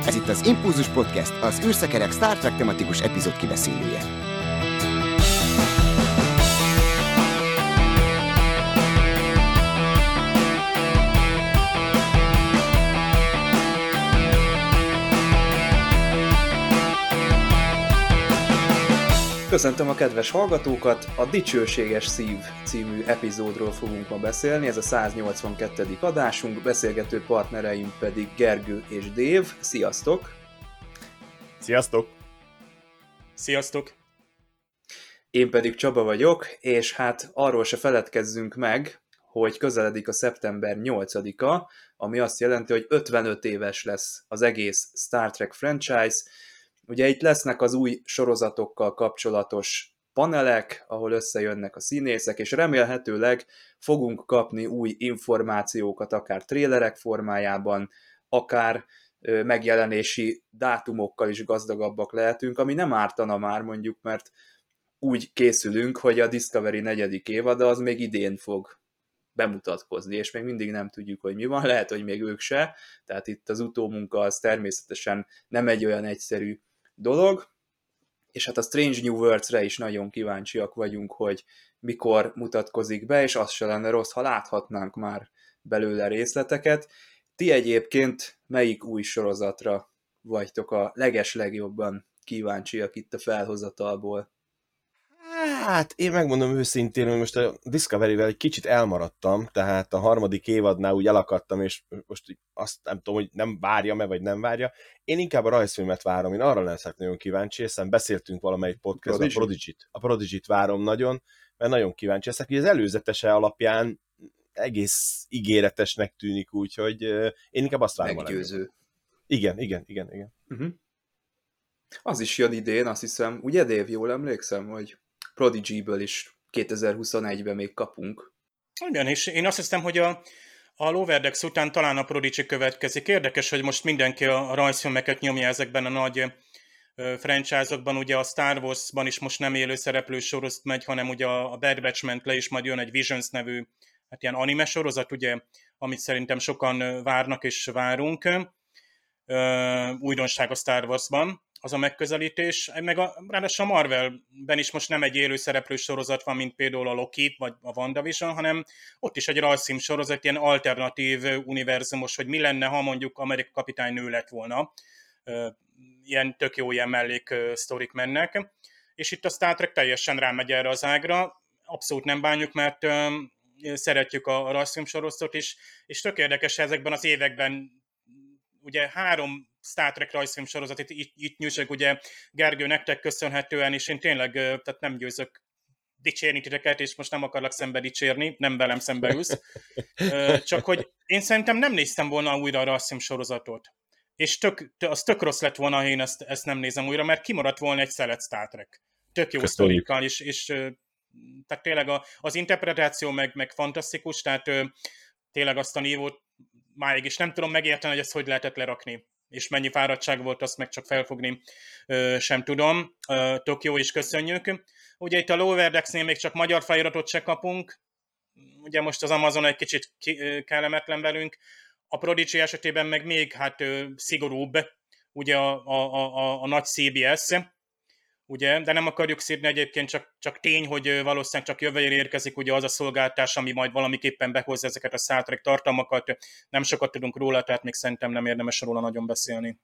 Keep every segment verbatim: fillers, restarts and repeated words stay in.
Ez itt az Impulzus Podcast, az űrszekerek Star Trek tematikus epizód kibeszélője. Köszöntöm a kedves hallgatókat! A Dicsőséges Szív című epizódról fogunk ma beszélni, ez a száznyolcvankettedik adásunk, beszélgető partnereim pedig Gergő és Dave. Sziasztok! Sziasztok! Sziasztok! Én pedig Csaba vagyok, és hát arról se feledkezzünk meg, hogy közeledik a szeptember nyolcadika, ami azt jelenti, hogy ötvenöt éves lesz az egész Star Trek franchise. Ugye itt lesznek az új sorozatokkal kapcsolatos panelek, ahol összejönnek a színészek, és remélhetőleg fogunk kapni új információkat, akár trélerek formájában, akár ö, megjelenési dátumokkal is gazdagabbak lehetünk, ami nem ártana már mondjuk, mert úgy készülünk, hogy a Discovery negyedik évada az még idén fog bemutatkozni, és még mindig nem tudjuk, hogy mi van, lehet, hogy még ők se, tehát itt az utómunka az természetesen nem egy olyan egyszerű dolog, és hát a Strange New Worlds-re is nagyon kíváncsiak vagyunk, hogy mikor mutatkozik be, és az se lenne rossz, ha láthatnánk már belőle részleteket. Ti egyébként melyik új sorozatra vagytok a legeslegjobban kíváncsiak itt a felhozatalból? Hát én megmondom őszintén, hogy most a Discovery-vel egy kicsit elmaradtam, tehát a harmadik évadnál úgy elakadtam, és most azt nem tudom, hogy nem várja-e, vagy nem várja. Én inkább a rajzfilmet várom, én arra leszek nagyon kíváncsi, hiszen beszéltünk valamelyik podcastban, a Prodigy-t. A Prodigy-t várom nagyon, mert nagyon kíváncsi leszek, hogy az előzetese alapján egész ígéretesnek tűnik, úgyhogy én inkább azt várom. Meggyőző. Igen, igen, igen, igen. Uh-huh. Az is jön idén, azt hiszem, ugye Dave, jól emlékszem, hogy Prodigy-ből is kétezer-huszonegyben még kapunk. Igen, és én azt hiszem, hogy a, a Lower Decks után talán a Prodigy következik. Érdekes, hogy most mindenki a rajzfilmeket nyomja ezekben a nagy ö, franchise-okban. Ugye a Star Wars-ban is most nem élő szereplő sorozat megy, hanem ugye a Bad Batch ment le, és majd jön egy Visions nevű, hát ilyen anime sorozat, ugye, amit szerintem sokan várnak és várunk. Ö, újdonság a Star Wars-ban az a megközelítés, meg a, ráadásul a Marvelben is most nem egy élő szereplő sorozat van, mint például a Loki, vagy a WandaVision, hanem ott is egy rajzfilm sorozat, ilyen alternatív univerzumos, hogy mi lenne, ha mondjuk Amerika kapitány nő lett volna. Ilyen tök jó ilyen mellék sztorik mennek. És itt a Star Trek teljesen rámegy erre az ágra, abszolút nem bánjuk, mert szeretjük a rajzfilm sorozatot is, és tök érdekes ezekben az években, ugye három Star Trek rajzfilm sorozat itt, itt, itt nyújtsák, ugye Gergő nektek köszönhetően, és én tényleg tehát nem győzök dicsérni titeket, és most nem akarlak szembe dicsérni, nem velem szembe ülsz. Csak hogy én szerintem nem néztem volna újra a rajzfilm sorozatot. És tök, az tök rossz lett volna, ha én ezt, ezt nem nézem újra, mert kimaradt volna egy szelet Star Trek. Tök jó sztorikkal, és, és tehát tényleg a, az interpretáció meg, meg fantasztikus, tehát tényleg azt a nívót máig is nem tudom megérteni, hogy ezt hogy lehetett lerakni, és mennyi fáradtság volt, azt meg csak felfogni ö, sem tudom. Ö, tök jó is köszönjük. Ugye itt a Lower Decks-nél még csak magyar feliratot se kapunk, ugye most az Amazon egy kicsit ki, ö, kellemetlen velünk, a Prodigy esetében meg még hát ö, szigorúbb, ugye a, a, a, a nagy cé bé es, ugye, de nem akarjuk szívni egyébként, csak, csak tény, hogy valószínűleg csak jövőre érkezik ugye az a szolgáltás, ami majd valamiképpen behozza ezeket a Star Trek tartalmakat. Nem sokat tudunk róla, tehát még szerintem nem érdemes róla nagyon beszélni.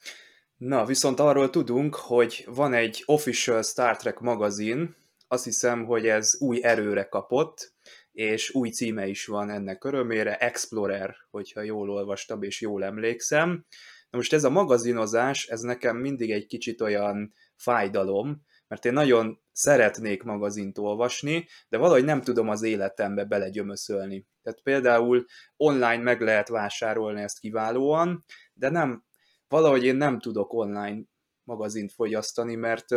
Na, viszont arról tudunk, hogy van egy official Star Trek magazin, azt hiszem, hogy ez új erőre kapott, és új címe is van ennek örömére, Explorer, hogyha jól olvastam és jól emlékszem. Na most ez a magazinozás, ez nekem mindig egy kicsit olyan fájdalom, mert én nagyon szeretnék magazint olvasni, de valahogy nem tudom az életembe belegyömöszölni. Tehát például online meg lehet vásárolni ezt kiválóan, de nem, valahogy én nem tudok online magazint fogyasztani, mert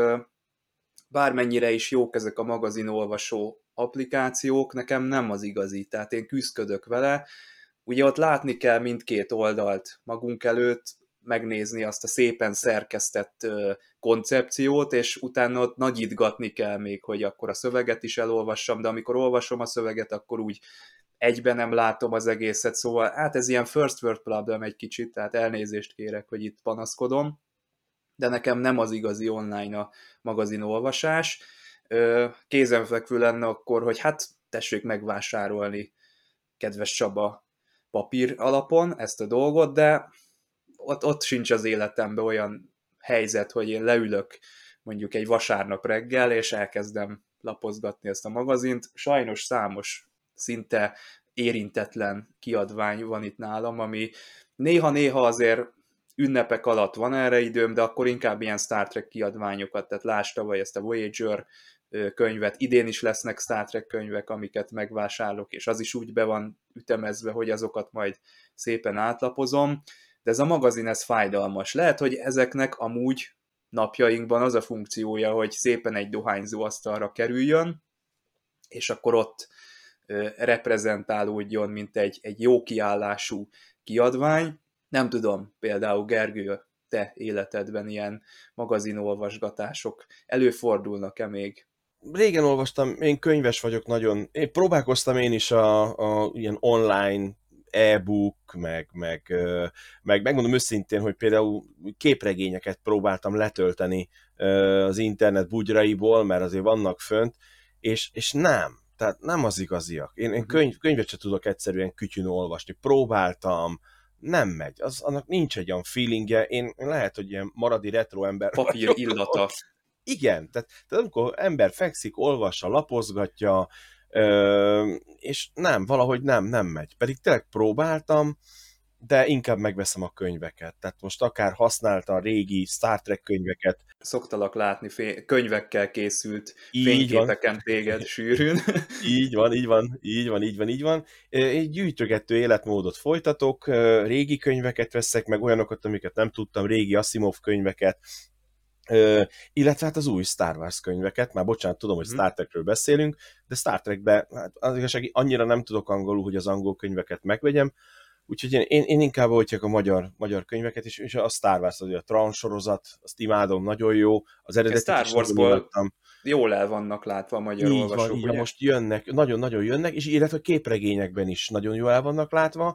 bármennyire is jók ezek a magazinolvasó applikációk, nekem nem az igazi, tehát én küzdködök vele. Ugye ott látni kell mindkét oldalt magunk előtt, megnézni azt a szépen szerkesztett koncepciót, és utána ott nagyítgatni kell még, hogy akkor a szöveget is elolvassam, de amikor olvasom a szöveget, akkor úgy egyben nem látom az egészet, szóval hát ez ilyen first world problem egy kicsit, tehát elnézést kérek, hogy itt panaszkodom, de nekem nem az igazi online a magazinolvasás. Kézenfekvő lenne akkor, hogy hát tessék megvásárolni, kedves Csaba, papír alapon ezt a dolgot, de ott, ott sincs az életemben olyan helyzet, hogy én leülök mondjuk egy vasárnap reggel, és elkezdem lapozgatni ezt a magazint. Sajnos számos szinte érintetlen kiadvány van itt nálam, ami néha-néha azért ünnepek alatt van erre időm, de akkor inkább ilyen Star Trek kiadványokat, tehát lásd tavaly ezt a Voyager könyvet, idén is lesznek Star Trek könyvek, amiket megvásárolok, és az is úgy be van ütemezve, hogy azokat majd szépen átlapozom, de ez a magazin, ez fájdalmas. Lehet, hogy ezeknek amúgy napjainkban az a funkciója, hogy szépen egy dohányzó asztalra kerüljön, és akkor ott reprezentálódjon, mint egy, egy jó kiállású kiadvány. Nem tudom, például Gergő, te életedben ilyen magazinolvasgatások előfordulnak-e még? Régen olvastam, én könyves vagyok nagyon. Én próbálkoztam én is a, a ilyen online e-book, meg, meg, meg megmondom őszintén, hogy például képregényeket próbáltam letölteni az internet bugyraiból, mert azért vannak fönt, és, és nem. Tehát nem az igaziak. Én, én könyv, könyvet sem tudok egyszerűen kütyűn olvasni. Próbáltam, nem megy. Az, annak nincs egy olyan feelingje. Én lehet, hogy ilyen maradi retro ember Papír vagyok. illata. Igen, tehát, tehát amikor ember fekszik, olvassa, lapozgatja, ö, és nem, valahogy nem, nem megy. Pedig tényleg próbáltam, de inkább megveszem a könyveket. Tehát most akár használta a régi Star Trek könyveket. Szoktalak látni fény- könyvekkel készült Így fényképeken van. téged sűrűn. Így van, így van, így van, így van, így van. Egy gyűjtögető életmódot folytatok, régi könyveket veszek, meg olyanokat, amiket nem tudtam, régi Asimov könyveket, illetve hát az új Star Wars könyveket, már bocsánat, tudom, hogy Star Trekről beszélünk, de Star Trekben hát az igazság, annyira nem tudok angolul, hogy az angol könyveket megvegyem, úgyhogy én, én, én inkább oltjak a magyar, magyar könyveket, és, és a Star Wars, az a Tron sorozat, azt imádom, nagyon jó, az eredetit Star is Warsból imádtam. Jól el vannak látva a magyar Így olvasók, van, így ugye? most jönnek, nagyon-nagyon jönnek, és illetve a képregényekben is nagyon jól el vannak látva.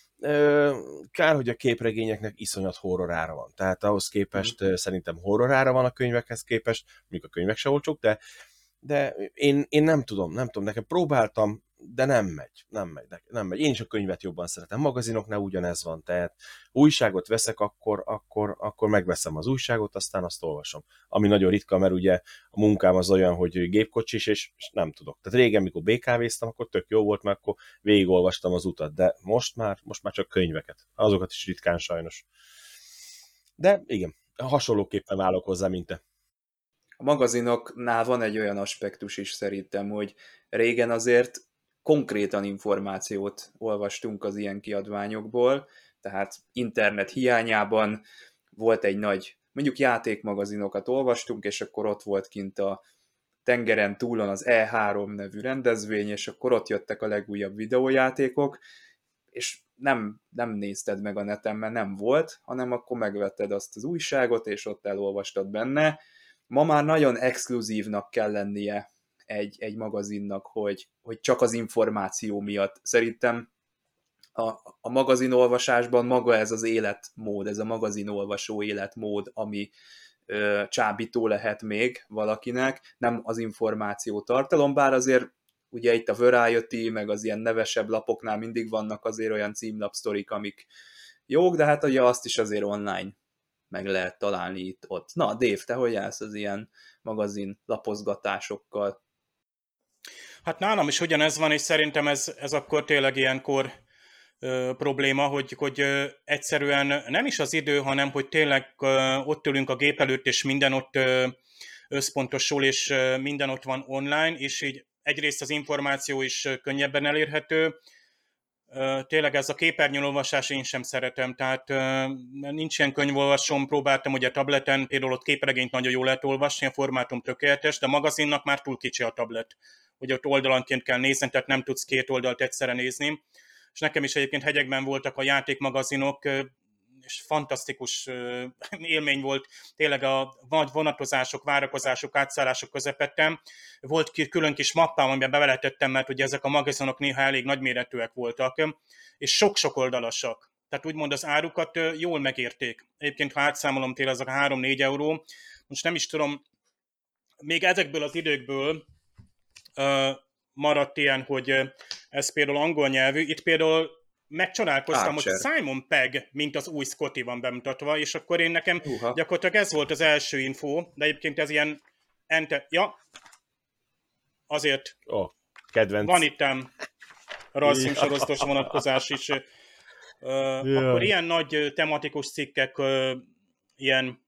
Kár, hogy a képregényeknek iszonyat horrorára van. Tehát ahhoz képest mm. szerintem horrorára van a könyvekhez képest, mondjuk a könyvek se olcsók, de, de én, én nem tudom, nem tudom, nekem próbáltam, de nem megy, nem megy, nem megy. Én is a könyvet jobban szeretem. Magazinoknál ugyanez van, tehát újságot veszek, akkor, akkor, akkor megveszem az újságot, aztán azt olvasom. Ami nagyon ritka, mert ugye a munkám az olyan, hogy gépkocsis, és, és nem tudok. Tehát régen, mikor bé ká véztem, akkor tök jó volt, mert akkor végigolvastam az utat, de most már, most már csak könyveket. Azokat is ritkán sajnos. De igen, hasonlóképpen állok hozzá, mint te. A magazinoknál van egy olyan aspektus is szerintem, hogy régen azért konkrétan információt olvastunk az ilyen kiadványokból, tehát internet hiányában volt egy nagy, mondjuk játékmagazinokat olvastunk, és akkor ott volt kint a tengeren túlon az E három nevű rendezvény, és akkor ott jöttek a legújabb videójátékok, és nem, nem nézted meg a neten, mert nem volt, hanem akkor megvetted azt az újságot, és ott elolvastad benne. Ma már nagyon exkluzívnak kell lennie egy, egy magazinnak, hogy, hogy csak az információ miatt. Szerintem a, a magazinolvasásban maga ez az életmód, ez a magazinolvasó életmód, ami ö, csábító lehet még valakinek, nem az információ tartalom, bár azért ugye itt a Variety, meg az ilyen nevesebb lapoknál mindig vannak azért olyan címlapsztorik, amik jók, de hát ugye azt is azért online meg lehet találni itt-ott. Na, Dave, te hogy állsz az ilyen magazin lapozgatásokkal? Hát nálam is ugyanez van, és szerintem ez, ez akkor tényleg ilyenkor ö, probléma, hogy, hogy ö, egyszerűen nem is az idő, hanem hogy tényleg ö, ott ülünk a gép előtt, és minden ott ö, összpontosul, és ö, minden ott van online, és így egyrészt az információ is ö, könnyebben elérhető. Ö, tényleg ez a képernyőolvasás én sem szeretem, tehát ö, nincs ilyen könyvolvasom, próbáltam ugye tableten, például ott képregényt nagyon jól lehet olvasni, a formátum tökéletes, de a magazinnak már túl kicsi a tablet, hogy ott oldalanként kell nézni, tehát nem tudsz két oldalt egyszerre nézni. És nekem is egyébként hegyekben voltak a játékmagazinok, és fantasztikus élmény volt, tényleg a nagy vonatozások, várakozások, átszállások közepettem. Volt külön kis mappám, amiben beveletettem, mert ugye ezek a magazinok néha elég nagyméretűek voltak, és sok-sok oldalasak. Tehát úgymond az árukat jól megérték. Egyébként, ha átszámolom tényleg, azok három-négy euró, most nem is tudom, még ezekből az időkből uh, maradt ilyen, hogy ez például angol nyelvű, itt például megcsodálkoztam, hogy Simon Pegg, mint az új Scotty van bemutatva, és akkor én nekem uh-ha. gyakorlatilag ez volt az első info, de egyébként ez ilyen ente... Ja, azért oh, kedvenc. Van ittem rajzfilm sorozatos vonatkozás is. Uh, yeah. Akkor ilyen nagy tematikus cikkek, uh, ilyen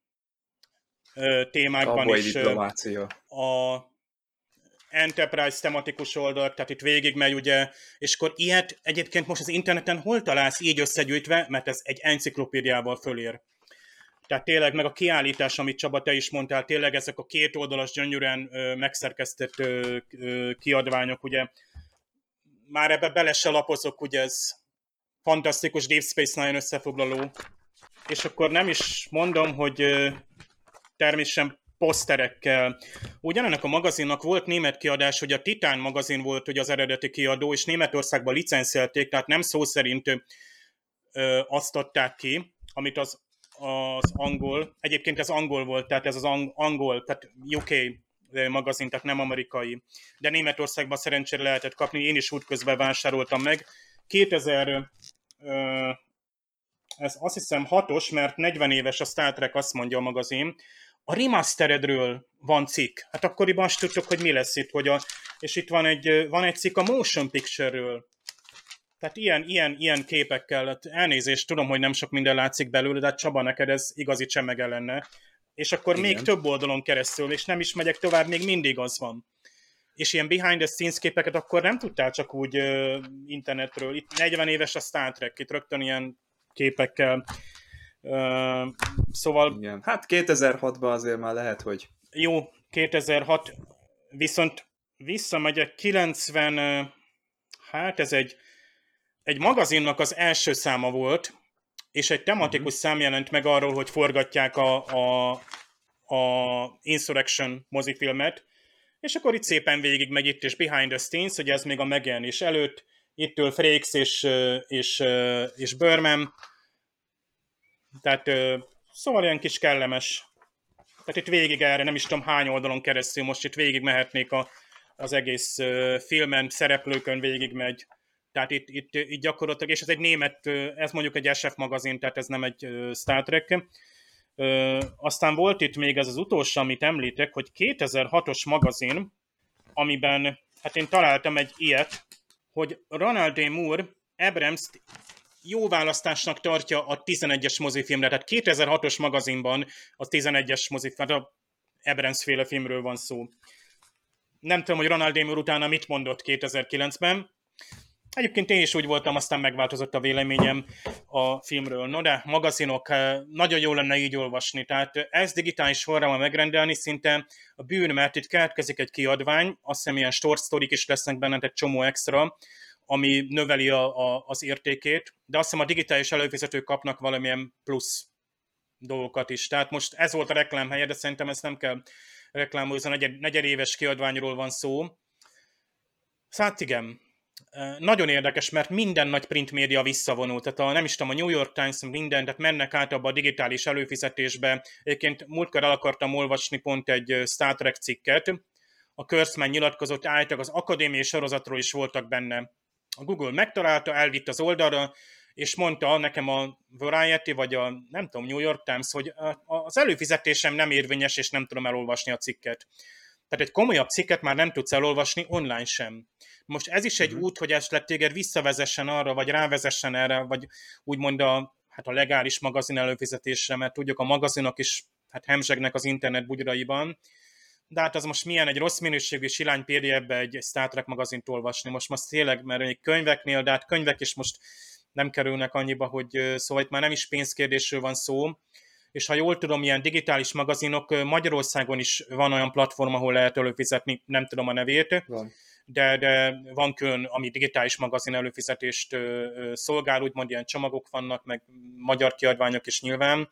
uh, témákban Abba is uh, a Enterprise tematikus oldal, tehát itt végigmegy, ugye, és akkor ilyet egyébként most az interneten hol találsz így összegyűjtve, mert ez egy enciklopédiával fölér. Tehát tényleg, meg a kiállítás, amit Csaba, te is mondtál, tényleg ezek a két oldalas, gyönyörűen ö, megszerkesztett ö, ö, kiadványok, ugye, már ebbe bele se lapozok, ugye ez fantasztikus Deep Space Nine összefoglaló, és akkor nem is mondom, hogy ö, természetesen poszterekkel. Ugyanennek a magazinnak volt német kiadás, hogy a Titán magazin volt ugye az eredeti kiadó, és Németországban licenszelték, tehát nem szó szerint ö, azt adták ki, amit az, az angol, egyébként ez angol volt, tehát ez az ang- angol, tehát U K magazin, tehát nem amerikai, de Németországban szerencsére lehetett kapni, én is útközben vásároltam meg. kétezer, ö, ez azt hiszem hatos, mert negyven éves a Star Trek, azt mondja a magazin, a remasteredről van cikk. Hát akkoriban azt tudtuk, hogy mi lesz itt, hogy a, és itt van egy, van egy cikk a motion picture-ről. Tehát ilyen, ilyen, ilyen képekkel, elnézést, tudom, hogy nem sok minden látszik belőle, de hát Csaba, neked ez igazi csemege lenne. És akkor igen, még több oldalon keresztül, és nem is megyek tovább, még mindig az van. És ilyen behind the scenes képeket akkor nem tudtál csak úgy uh, internetről. Itt negyven éves a Star Trek, itt rögtön ilyen képekkel. Uh, szóval... Igen. Hát kétezer-hatban azért már lehet, hogy... Jó, kétezer-hat, viszont visszamegyek kilencven... Uh, hát ez egy, egy magazinnak az első száma volt, és egy tematikus uh-huh. szám jelent meg arról, hogy forgatják a, a, a Insurrection mozifilmet, és akkor itt szépen végig megy itt is Behind the Scenes, hogy ez még a megjelenés előtt, itt ül Frakes és, és, és Berman. Tehát szóval ilyen kis kellemes. Tehát itt végig erre, nem is tudom hány oldalon keresztül, most itt végig mehetnék a, az egész filmen, szereplőkön végig megy. Tehát itt, itt, itt gyakorlatilag, és ez egy német, ez mondjuk egy es ef magazin, tehát ez nem egy Star Trek. Aztán volt itt még ez az utolsó, amit említek, hogy kétezer-hatos magazin, amiben, hát én találtam egy ilyet, hogy Ronald D. Moore Abrams-t jó választásnak tartja a tizenegyes mozifilmre. Tehát kétezer-hatos magazinban a tizenegyes mozifilm, a Abrams féle filmről van szó. Nem tudom, hogy Ronald D. Moore utána mit mondott kétezer-kilencben. Egyébként én is úgy voltam, aztán megváltozott a véleményem a filmről. No de, magazinok, nagyon jó lenne így olvasni. Tehát ez digitális formában megrendelni szinte a bűn, mert itt keletkezik egy kiadvány, azt hiszem ilyen short sztorik is lesznek benne, egy csomó extra, ami növeli a, a, az értékét, de azt hiszem a digitális előfizetők kapnak valamilyen plusz dolgokat is. Tehát most ez volt a reklámhelye, de szerintem ezt nem kell reklámozni, a negyed, negyedéves kiadványról van szó. Hát igen, nagyon érdekes, mert minden nagy print média visszavonult, tehát a, nem is tudom, a New York Times, minden, tehát mennek át abba a digitális előfizetésbe. Egyébként múltkor el akartam olvasni pont egy Star Trek cikket, a Kurtzman nyilatkozott, állítólag az akadémiai sorozatról is voltak benne. A Google megtalálta, elvitt az oldalra, és mondta nekem a Variety, vagy a nem tudom, New York Times, hogy az előfizetésem nem érvényes, és nem tudom elolvasni a cikket. Tehát egy komolyabb cikket már nem tudsz elolvasni, online sem. Most ez is egy uh-huh. út, hogy esetleg téged visszavezessen arra, vagy rávezessen erre, vagy úgymond a, hát a legális magazin előfizetésre, mert tudjuk, a magazinok is hát hemzsegnek az internet bugyraiban. De hát az most milyen egy rossz minőségű silány pé dé ef-be egy Star Trek magazint olvasni. Most most tényleg, mert egy könyveknél, de hát könyvek is most nem kerülnek annyiba, hogy szóval itt már nem is pénzkérdésről van szó. És ha jól tudom, ilyen digitális magazinok, Magyarországon is van olyan platform, ahol lehet előfizetni, nem tudom a nevét. Van. de, de van külön, ami digitális magazin előfizetést szolgál, úgymond ilyen csomagok vannak, meg magyar kiadványok is nyilván.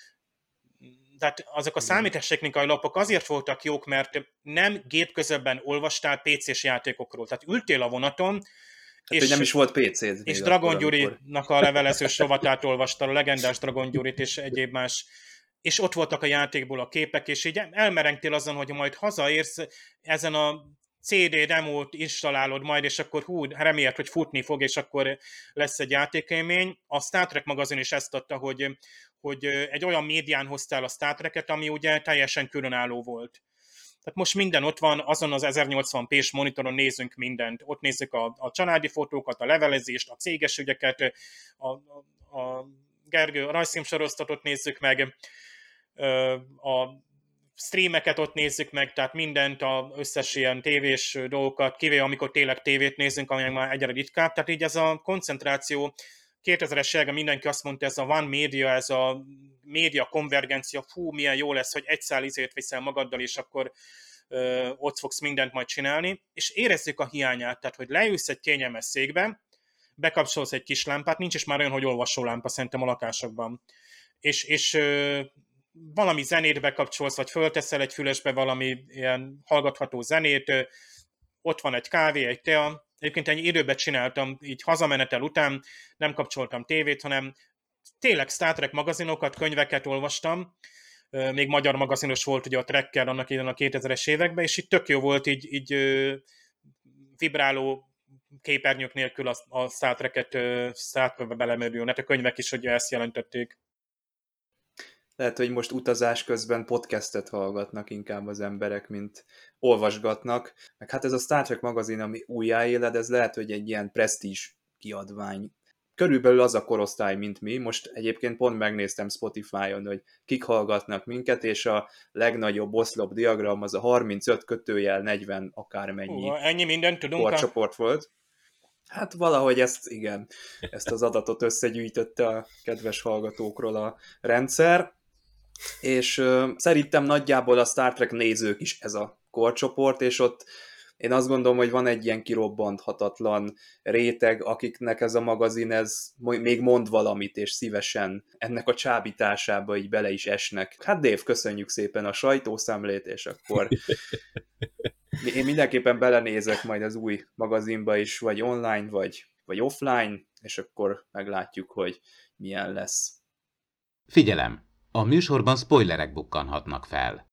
Tehát azok a számítástechnikai lapok azért voltak jók, mert nem gépközöbben olvastál pé cés játékokról. Tehát ültél a vonaton, hát, és, nem is volt pé céd. És Dragon Gyurinak a levelezős rovatát olvastál, a legendás Dragon Gyurit és egyéb más, és ott voltak a játékból a képek, és így elmerengtél azon, hogy majd hazaérsz, ezen a cé dé demót installálod majd, és akkor hú, reméljed, hogy futni fog, és akkor lesz egy játékélmény. A Star Trek magazin is ezt adta, hogy, hogy egy olyan médián hoztál a Star Trek-et, ami ugye teljesen különálló volt. Tehát most minden ott van, azon az ezernyolcvan pés monitoron nézzünk mindent. Ott nézzük a, a családi fotókat, a levelezést, a céges ügyeket, a, a, a Gergő a rajzfilmsorozatot nézzük meg, a streameket ott nézzük meg, tehát mindent, az összes ilyen tévés dolgokat, kivéve amikor tényleg tévét nézzünk, ami már egyre ritkább. Tehát így ez a koncentráció, kétezres években mindenki azt mondta, ez a One Media, ez a média konvergencia, fú, milyen jó lesz, hogy egy szál izét viszel magaddal, és akkor ö, ott fogsz mindent majd csinálni, és érezzük a hiányát, tehát hogy leülsz egy kényelmes székbe, bekapcsolsz egy kis lámpát, nincs is már olyan, hogy olvasó lámpa szerintem a lakásokban, és, és ö, valami zenét bekapcsolsz, vagy fölteszel egy fülesbe valami ilyen hallgatható zenét, ö, ott van egy kávé, egy tea. Egyébként ennyi időben csináltam, így hazamenetel után nem kapcsoltam tévét, hanem tényleg Star Trek magazinokat, könyveket olvastam, még magyar magazinos volt ugye a Trekker annak idején a kétezres években, és itt tök jó volt így, így vibráló képernyők nélkül a, a Star Trek-et Star Trek-be belemerülni, hát a könyvek is ugye ezt jelentették. Lehet, hogy most utazás közben podcastet hallgatnak inkább az emberek, mint olvasgatnak. Meg hát ez a Star Trek magazin, ami újjáéled, ez lehet, hogy egy ilyen presztízs kiadvány. Körülbelül az a korosztály, mint mi. Most egyébként pont megnéztem Spotify-on, hogy kik hallgatnak minket, és a legnagyobb oszlop diagram az a harmincöt kötőjel negyven akármennyi Hú, ennyi mindent tudunk. korcsoport volt. Hát valahogy ezt, igen, ezt az adatot összegyűjtötte a kedves hallgatókról a rendszer, és uh, szerintem nagyjából a Star Trek nézők is ez a korcsoport, és ott én azt gondolom, hogy van egy ilyen kirobbanthatatlan réteg, akiknek ez a magazin ez még mond valamit, és szívesen ennek a csábításába így bele is esnek. Hát Dave, köszönjük szépen a sajtószemlét, és akkor én mindenképpen belenézek majd az új magazinba is, vagy online, vagy, vagy offline, és akkor meglátjuk, hogy milyen lesz. Figyelem! A műsorban spoilerek bukkanhatnak fel.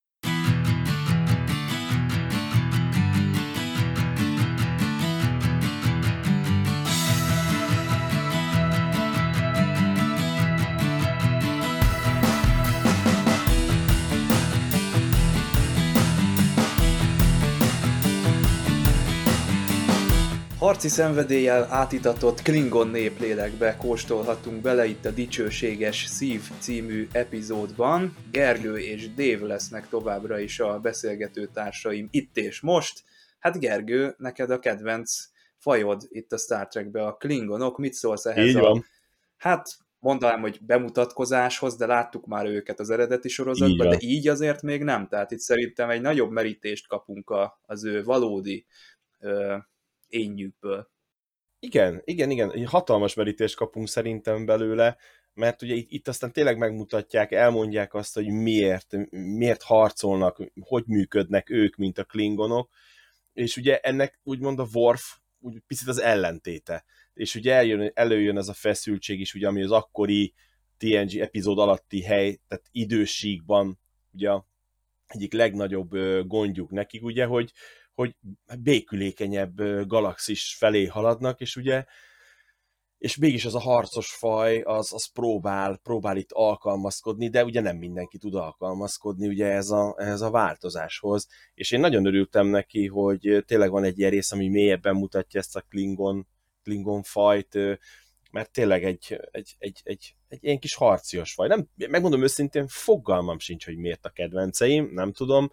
Harci szenvedéllyel átitatott Klingon néplélekbe kóstolhatunk bele itt a Dicsőséges Szív című epizódban. Gergő és Dave lesznek továbbra is a beszélgető társaim itt és most. Hát Gergő, neked a kedvenc fajod itt a Star Trekbe a Klingonok. Mit szólsz ehhez? Így a... van. Hát mondanám, hogy bemutatkozáshoz, de láttuk már őket az eredeti sorozatban, így de így azért még nem. Tehát itt szerintem egy nagyobb merítést kapunk a, az ő valódi ö, énjükből. Igen, igen, igen, hatalmas merítést kapunk szerintem belőle, mert ugye itt, itt aztán tényleg megmutatják, elmondják azt, hogy miért, miért harcolnak, hogy működnek ők, mint a klingonok, és ugye ennek úgymond a Worf úgy picit az ellentéte, és ugye eljön, előjön ez a feszültség is, ugye, ami az akkori té en gé epizód alatti hely, tehát idősíkban ugye egyik legnagyobb gondjuk nekik, ugye, hogy hogy békülékenyebb galaxis felé haladnak, és ugye, és mégis az a harcos faj, az, az próbál, próbál itt alkalmazkodni, de ugye nem mindenki tud alkalmazkodni ugye ez a, ez a változáshoz, és én nagyon örültem neki, hogy tényleg van egy ilyen rész, ami mélyebben mutatja ezt a Klingon, Klingon fajt, mert tényleg egy, egy, egy, egy, egy ilyen kis harcios faj. Nem, megmondom őszintén, fogalmam sincs, hogy miért a kedvenceim, nem tudom.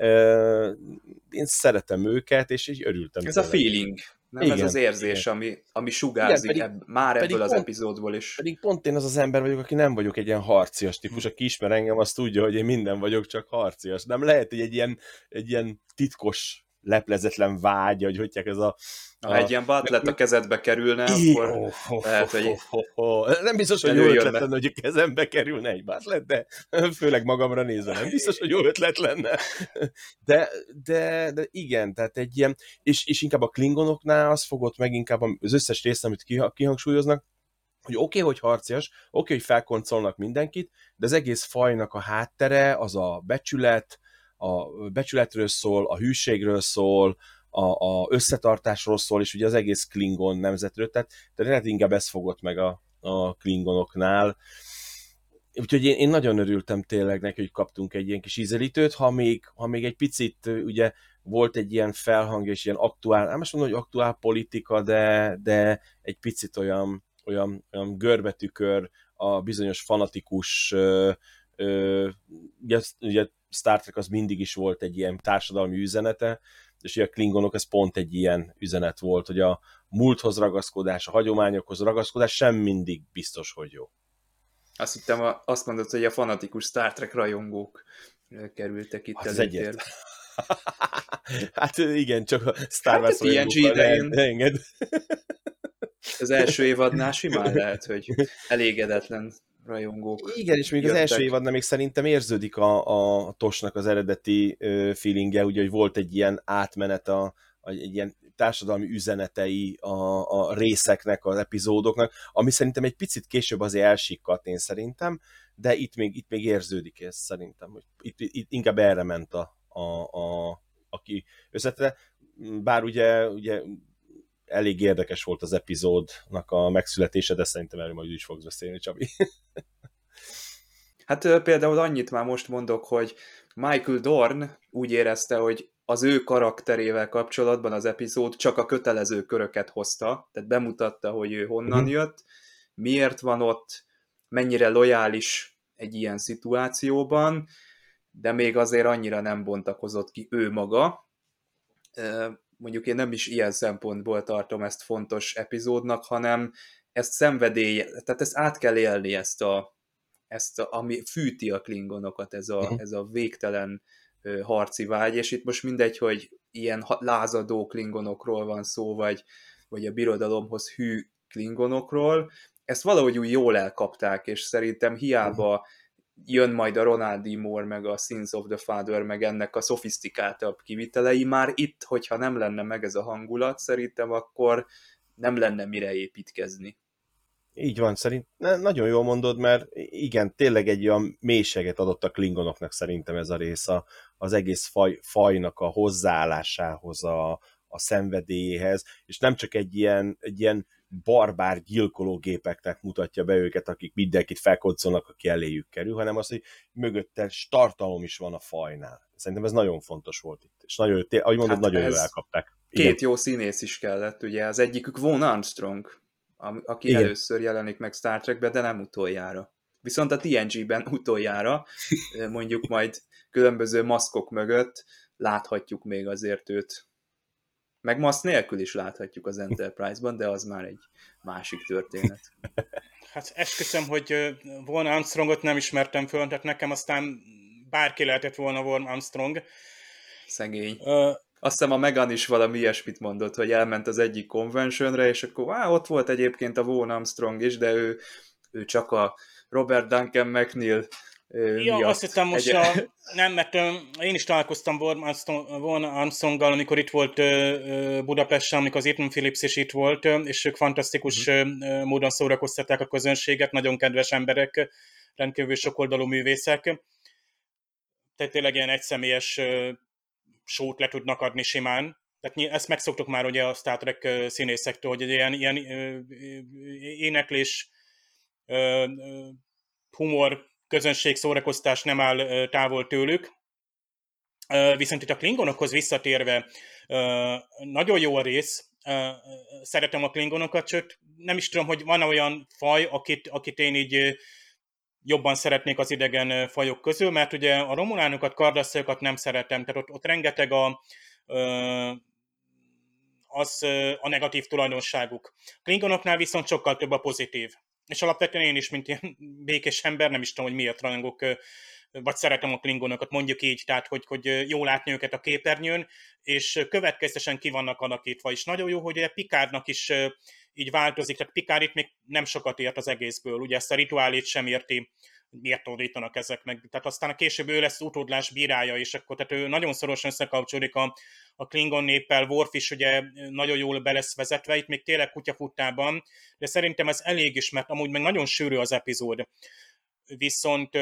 Én szeretem őket, és így örültem. Ez tényleg. A feeling, nem igen, ez az érzés, ami, ami sugárzik igen, pedig, ebb, már ebből az pont, epizódból is. Pedig pont én az az ember vagyok, aki nem vagyok egy ilyen harcias típus, aki ismer engem, azt tudja, hogy én minden vagyok, csak harcias. Nem lehet, hogy egy ilyen, egy ilyen titkos leplezetlen vágy, hogy hogyják ez a... Ha egy ilyen butlet a kezedbe kerülne, I... akkor oh, oh, lehet, hogy... oh, oh, oh. Nem biztos, hogy jó ötlet lenne, hogy a kezembe kerülne egy butlet, de főleg magamra nézve nem biztos, hogy jó ötlet lenne. De, de, de igen, tehát egy ilyen, és, és inkább a klingonoknál az fogott meg inkább az összes részt, amit kihangsúlyoznak, hogy oké, okay, hogy harcias, oké, okay, hogy felkoncolnak mindenkit, de az egész fajnak a háttere, az a becsület, a becsületről szól, a hűségről szól, a, a összetartásról szól, és ugye az egész Klingon nemzetről, tehát, tehát lehet inkább ez fogott meg a, a Klingonoknál. Úgyhogy én, én nagyon örültem tényleg neki, hogy kaptunk egy ilyen kis ízelítőt, ha még, ha még egy picit ugye volt egy ilyen felhang, és ilyen aktuál, nem most mondom, hogy aktuál politika, de, de egy picit olyan, olyan, olyan görbetükör a bizonyos fanatikus ö, ö, ugye, ugye Star Trek az mindig is volt egy ilyen társadalmi üzenete, és ugye a Klingonok ez pont egy ilyen üzenet volt, hogy a múlthoz ragaszkodás, a hagyományokhoz ragaszkodás sem mindig biztos, hogy jó. Azt hittem, azt mondod, hogy a fanatikus Star Trek rajongók kerültek itt az előtérbe. Hát igen, csak a Star Wars hát rajongók idején enged. Az első évadnál simán lehet, hogy elégedetlen rajongók. Igen, és még jöttek. Az első évadnál még szerintem érződik a, a Tosnak az eredeti uh, feelingje, ugye, hogy volt egy ilyen átmenet, a, a, egy ilyen társadalmi üzenetei a, a részeknek, az epizódoknak, ami szerintem egy picit később azért elsikkadt, én szerintem, de itt még, itt még érződik ez szerintem, hogy itt, itt inkább erre ment a, a, a aki összetve, bár ugye, ugye elég érdekes volt az epizódnak a megszületése, de szerintem erről majd is fogsz beszélni, Csabi. Hát például annyit már most mondok, hogy Michael Dorn úgy érezte, hogy az ő karakterével kapcsolatban az epizód csak a kötelező köröket hozta, tehát bemutatta, hogy ő honnan uh-huh. jött, miért van ott, mennyire lojális egy ilyen szituációban, de még azért annyira nem bontakozott ki ő maga. Mondjuk én nem is ilyen szempontból tartom ezt fontos epizódnak, hanem ezt szenvedély, tehát ezt át kell élni, ezt a, ezt a ami fűti a klingonokat, ez a, uh-huh. ez a végtelen uh, harci vágy, és itt most mindegy, hogy ilyen lázadó klingonokról van szó, vagy, vagy a birodalomhoz hű klingonokról, ezt valahogy úgy jól elkapták, és szerintem hiába uh-huh. jön majd a Ronald D. Moore, meg a Sins of the Father, meg ennek a szofisztikáltabb kivitelei, már itt, hogyha nem lenne meg ez a hangulat, szerintem akkor nem lenne mire építkezni. Így van, szerint nagyon jól mondod, mert igen, tényleg egy olyan mélységet adott a klingonoknak szerintem ez a rész, a, az egész faj, fajnak a hozzáállásához, a, a szenvedélyéhez, és nem csak egy ilyen, egy ilyen barbár gyilkológépeknek mutatja be őket, akik mindenkit felkoncolnak, aki eléjük kerül, hanem az, hogy mögötte tartalom is van a fajnál. Szerintem ez nagyon fontos volt itt, és nagyon, ahogy mondod, hát nagyon jól elkapták. Két igen. jó színész is kellett, ugye az egyikük Vaughn Armstrong, aki igen. először jelenik meg Star Trekben, de nem utoljára. Viszont a té en gé-ben utoljára, mondjuk majd különböző maszkok mögött láthatjuk még azért őt. Meg maszk nélkül is láthatjuk az Enterprise-ban, de az már egy másik történet. Hát esküszöm, hogy Vaughn Armstrongot nem ismertem föl, tehát nekem aztán bárki lehetett volna Vaughn Armstrong. Szegény. Uh, Azt hiszem a Megan is valami ilyesmit mondott, hogy elment az egyik conventionre, és akkor á, ott volt egyébként a Vaughn Armstrong is, de ő, ő csak a Robert Duncan McNeil ja, miatt. Azt hittem most egy... a... Nem, mert én is találkoztam Vaughn Armstronggal, amikor itt volt Budapesten, amikor az Ethan Phillips is itt volt, és ők fantasztikus mm. módon szórakoztatták a közönséget, nagyon kedves emberek, rendkívül sokoldalú művészek. Tehát tényleg ilyen egyszemélyes sót le tudnak adni simán. Tehát ezt megszoktuk már ugye a Star Trek színészektől, hogy egy ilyen, ilyen éneklés, humor, közönség, szórakoztás nem áll távol tőlük. Viszont itt a klingonokhoz visszatérve nagyon jó a rész, szeretem a klingonokat, sőt nem is tudom, hogy van olyan faj, akit, akit én így jobban szeretnék az idegen fajok közül, mert ugye a romulánokat, kardasszajokat nem szeretem, tehát ott, ott rengeteg a, az a negatív tulajdonságuk. A klingonoknál viszont sokkal több a pozitív. És alapvetően én is, mint ilyen békés ember, nem is tudom, hogy miért rajongok vagy szeretem a klingonokat, mondjuk így, tehát hogy, hogy jó látni őket a képernyőn, és következtesen ki vannak alakítva, és nagyon jó, hogy Picardnak is így változik, tehát Picard itt még nem sokat ért az egészből, ugye ezt a rituálét sem érti, miért ordítanak ezek meg. Tehát aztán a később ő lesz utódlás bírája, és akkor tehát ő nagyon szorosan összekapcsolódik a, a Klingon néppel, Worf is ugye nagyon jól be lesz vezetve, itt még tényleg kutyafuttában, de szerintem ez elég is, mert amúgy meg nagyon sűrű az epizód. Viszont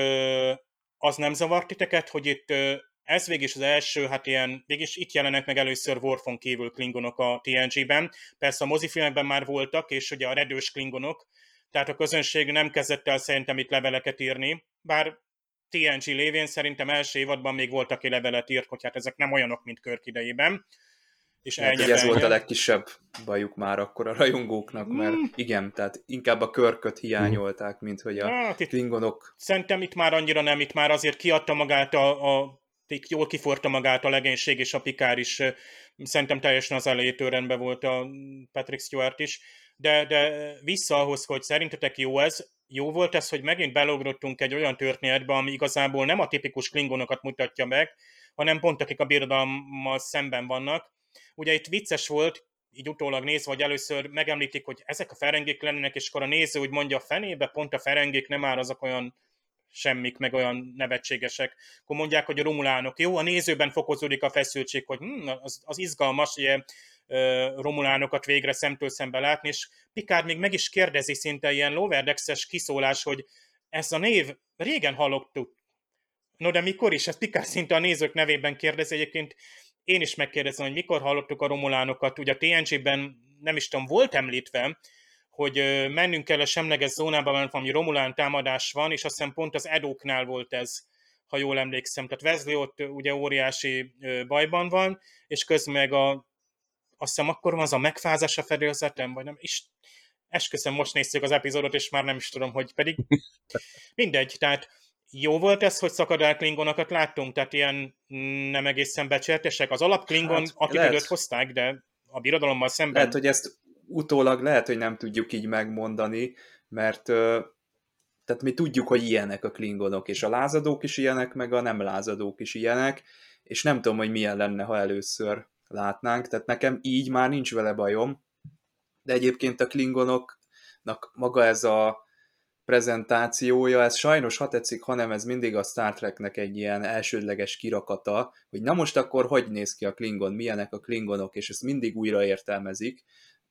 az nem zavart titeket, hogy itt ez végig is az első, hát ilyen, végig itt jelenek meg először Worfon kívül klingonok a té en gé-ben. Persze a mozifilmekben már voltak, és ugye a redős klingonok, tehát a közönség nem kezdett el szerintem itt leveleket írni, bár té en gé lévén szerintem első évadban még volt, aki levelet írt, hogy hát ezek nem olyanok, mint Kirk idejében. És hát, ez volt a legkisebb bajuk már akkor a rajongóknak, mert igen, tehát inkább a Kirköt hiányolták, mint hogy a hát klingonok... Szerintem itt már annyira nem, itt már azért kiadta magát a, a jól kiforta magát a legénység, és a Picard is szerintem teljesen az elejétől rendben volt a Patrick Stewart is, de, de vissza ahhoz, hogy szerintetek jó ez, jó volt ez, hogy megint belogrottunk egy olyan történetbe, ami igazából nem a tipikus klingonokat mutatja meg, hanem pont akik a birodalommal szemben vannak. Ugye itt vicces volt, így utólag nézve, hogy először megemlítik, hogy ezek a ferengék lennének, és akkor a néző úgy mondja, a fenébe pont a ferengék nem áll azok olyan semmik, meg olyan nevetségesek. Akkor mondják, hogy a romulánok. Jó, a nézőben fokozódik a feszültség, hogy hm, az, az izgalmas, ugye romulánokat végre szemtől szembe látni, és Picard még meg is kérdezi szinte ilyen Lower-Decks-es kiszólás, hogy ez a név régen hallottuk. No, de mikor is? Ez Picard szinte a nézők nevében kérdezi. Egyébként én is megkérdezem, hogy mikor hallottuk a romulánokat. Ugye a té en gé-ben nem is tudom, volt említve, hogy mennünk kell a semleges zónába, mert valami romulán támadás van, és azt hiszem pont az Edóknál volt ez, ha jól emlékszem. Tehát Wesley ott ugye óriási bajban van, és közben meg a, azt hiszem akkor van az a megfázás a fedélzeten, vagy nem, és esküszöm, most néztük az epizódot, és már nem is tudom, hogy pedig mindegy, tehát jó volt ez, hogy szakadál klingonokat láttunk, tehát ilyen nem egészen becsületesek. Az alap klingon hát, attitűdöt hozták, de a birodalommal szemben... Lehet, hogy ezt utólag lehet, hogy nem tudjuk így megmondani, mert tehát mi tudjuk, hogy ilyenek a klingonok, és a lázadók is ilyenek, meg a nem lázadók is ilyenek, és nem tudom, hogy milyen lenne, ha először látnánk, tehát nekem így már nincs vele bajom, de egyébként a klingonoknak maga ez a prezentációja, ez sajnos, ha tetszik, hanem ez mindig a Star Treknek egy ilyen elsődleges kirakata, hogy na most akkor hogy néz ki a klingon, milyenek a klingonok, és ezt mindig újra értelmezik.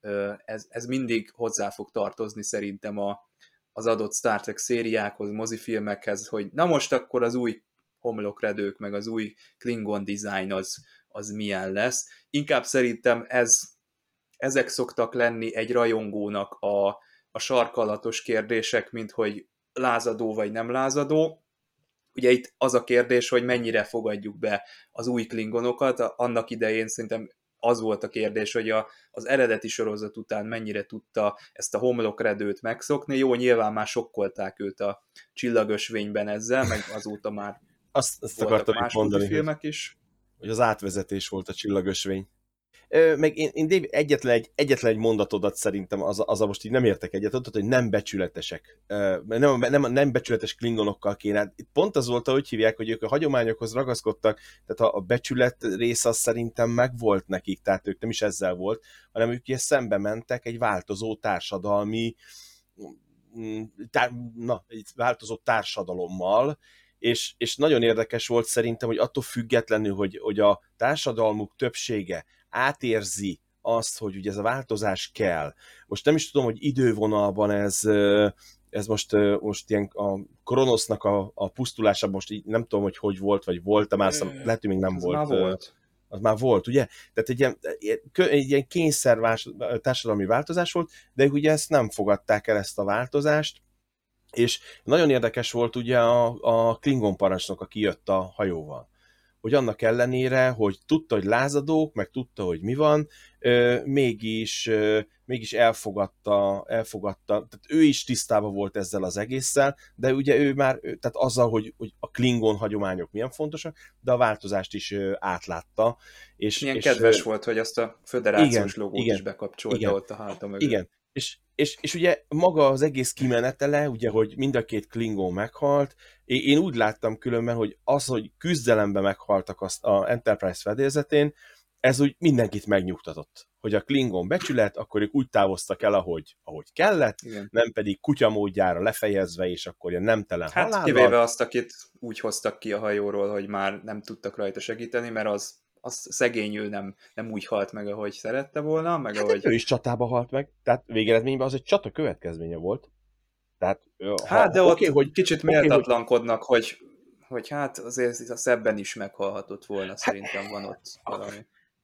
Ez, ez mindig hozzá fog tartozni szerintem a, az adott Star Trek szériákhoz, mozifilmekhez, hogy na most akkor az új homlokredők, meg az új Klingon design az, az milyen lesz. Inkább szerintem ez, ezek szoktak lenni egy rajongónak a, a sarkalatos kérdések, mint hogy lázadó vagy nem lázadó. Ugye itt az a kérdés, hogy mennyire fogadjuk be az új klingonokat. Annak idején szerintem az volt a kérdés, hogy a, az eredeti sorozat után mennyire tudta ezt a homlokredőt megszokni. Jó, nyilván már sokkolták őt a Csillagösvényben ezzel, meg azóta már azt, azt voltak más mondani, filmek is. Hogy az átvezetés volt a Csillagösvény. Ö, meg én, én Dave, egyetlen, egy, egyetlen egy mondatodat szerintem az, az a most így nem értek egyet, ott, hogy nem becsületesek. Ö, nem, nem, nem becsületes klingonokkal kéne. Itt pont az volt, hogy hívják, hogy ők a hagyományokhoz ragaszkodtak, tehát a, a becsület rész az szerintem megvolt nekik, tehát ők nem is ezzel volt, hanem ők ilyen szembe mentek egy változó társadalmi tá, na, egy változó társadalommal, És, és nagyon érdekes volt szerintem, hogy attól függetlenül, hogy, hogy a társadalmuk többsége átérzi azt, hogy ugye ez a változás kell. Most nem is tudom, hogy idővonalban ez, ez most, most ilyen a Kronosznak a, a pusztulása, most így nem tudom, hogy hogy volt, vagy volt, már szem, lehet, hogy még nem az volt. Már volt. Az már volt, ugye? Tehát egy ilyen, egy ilyen kényszer társadalmi változás volt, de ugye ezt nem fogadták el, ezt a változást, és nagyon érdekes volt ugye a, a Klingon parancsnok, aki jött a hajóval. Hogy annak ellenére, hogy tudta, hogy lázadók, meg tudta, hogy mi van, euh, mégis, euh, mégis elfogadta, elfogadta, tehát ő is tisztában volt ezzel az egésszel, de ugye ő már, tehát azzal, hogy, hogy a Klingon hagyományok milyen fontosak, de a változást is euh, átlátta. És, Milyen és, kedves euh, volt, hogy azt a föderációs igen, logót igen, is bekapcsolta igen, ott a háta mögött. Igen. És, és, és ugye maga az egész kimenetele, ugye, hogy mind a két Klingon meghalt, én, én úgy láttam különben, hogy az, hogy küzdelemben meghaltak azt a Enterprise fedélzetén, ez úgy mindenkit megnyugtatott, hogy a Klingon becsület, akkor ők úgy távoztak el, ahogy, ahogy kellett, Igen. nem pedig kutyamódjára lefejezve, és akkor ilyen nemtelen Hát halállal. kivéve azt, akit úgy hoztak ki a hajóról, hogy már nem tudtak rajta segíteni, mert az, az szegényül nem, nem úgy halt meg, ahogy szerette volna, meg Hát ahogy... ő is csatába halt meg, tehát végeredményben az egy csata következménye volt. Tehát, ha, Hát, de ott oké, hogy, kicsit oké, hogy méltatlankodnak, hogy, hogy hát azért a szebben is meghalhatott volna, szerintem van ott valami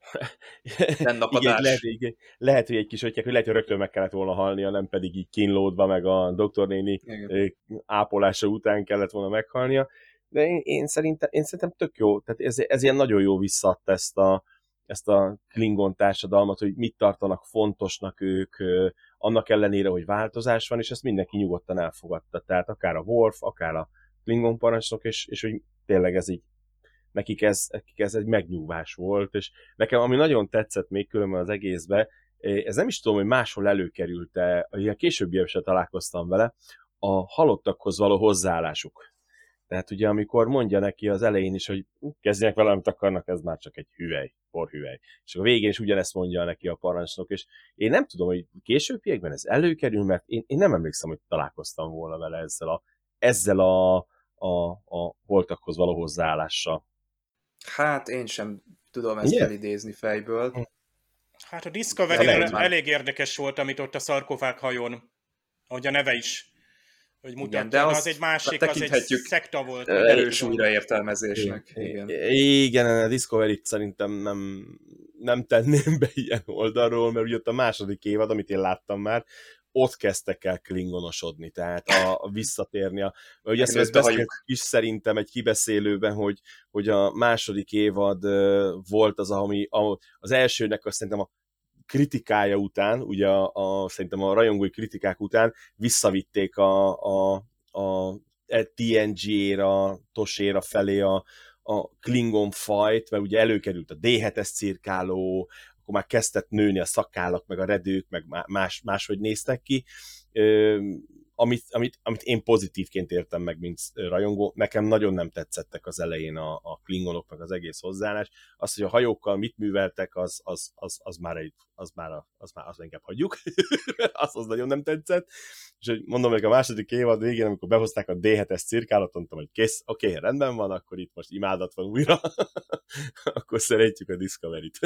igen, fennakadás. lehet, igen, lehet, hogy egy kis ötják, hogy lehet, hogy rögtön meg kellett volna halnia, nem pedig így kínlódva, meg a doktornéni Igen. ápolása után kellett volna meghalnia. De én, én, szerintem, én szerintem tök jó, tehát ez, ez ilyen nagyon jó visszaadta ezt a, ezt a Klingon társadalmat, hogy mit tartanak fontosnak ők, annak ellenére, hogy változás van, és ezt mindenki nyugodtan elfogadta. Tehát akár a Worf, akár a Klingon parancsnok, és, és hogy tényleg ez így nekik ez, nekik ez egy megnyugvás volt, és nekem ami nagyon tetszett még különben az egészbe, ez nem is tudom, hogy máshol előkerült-e, a későbbiek sem találkoztam vele, a halottakhoz való hozzáállásuk. Tehát ugye amikor mondja neki az elején is, hogy kezdjenek vele, amit akarnak, ez már csak egy hüvely, porhüvely. És a végén is ugyanezt mondja neki a parancsnok, és én nem tudom, hogy későbbiekben ez előkerül, mert én, én nem emlékszem, hogy találkoztam volna vele ezzel a, ezzel a, a, a holtakhoz való hozzáállással. Hát én sem tudom ezt Igen? felidézni fejből. Hát a Discovery elég érdekes volt, amit ott a szarkofág hajón, ahogy a neve is, hogy mutatja, Igen, de, de azt az egy másik, az egy szekta volt. Erős újraértelmezésnek. Igen. Igen. Igen, a Discovery-t szerintem nem, nem tenném be ilyen oldalról, mert ugye ott a második évad, amit én láttam már, ott kezdtek el klingonosodni, tehát a, a visszatérni. A, ugye ezt, ezt beszéltük is szerintem egy kibeszélőben, hogy, hogy a második évad uh, volt az, ami a, az elsőnek azt szerintem a kritikája után, ugye a, a, szerintem a rajongói kritikák után visszavitték a, a, a té en gé-ra, Toséra felé a, a Klingon fajt, mert ugye előkerült a dé hetes cirkáló, akkor már kezdett nőni a szakállak, meg a redők, meg más, máshogy néztek ki, Ö, amit, amit, amit én pozitívként értem meg, mint rajongó. Nekem nagyon nem tetszettek az elején a, a Klingonok, meg az egész hozzáállás. Az, hogy a hajókkal mit műveltek, az, az, az, az már egy, az már, a, az már az inkább hagyjuk. az, az nagyon nem tetszett. És hogy mondom, hogy a második évad végén, amikor behozták a dé hetes cirkálót, mondtam, hogy kész, oké, okay, rendben van, akkor itt most imádat van újra. akkor szeretjük a Discovery-t.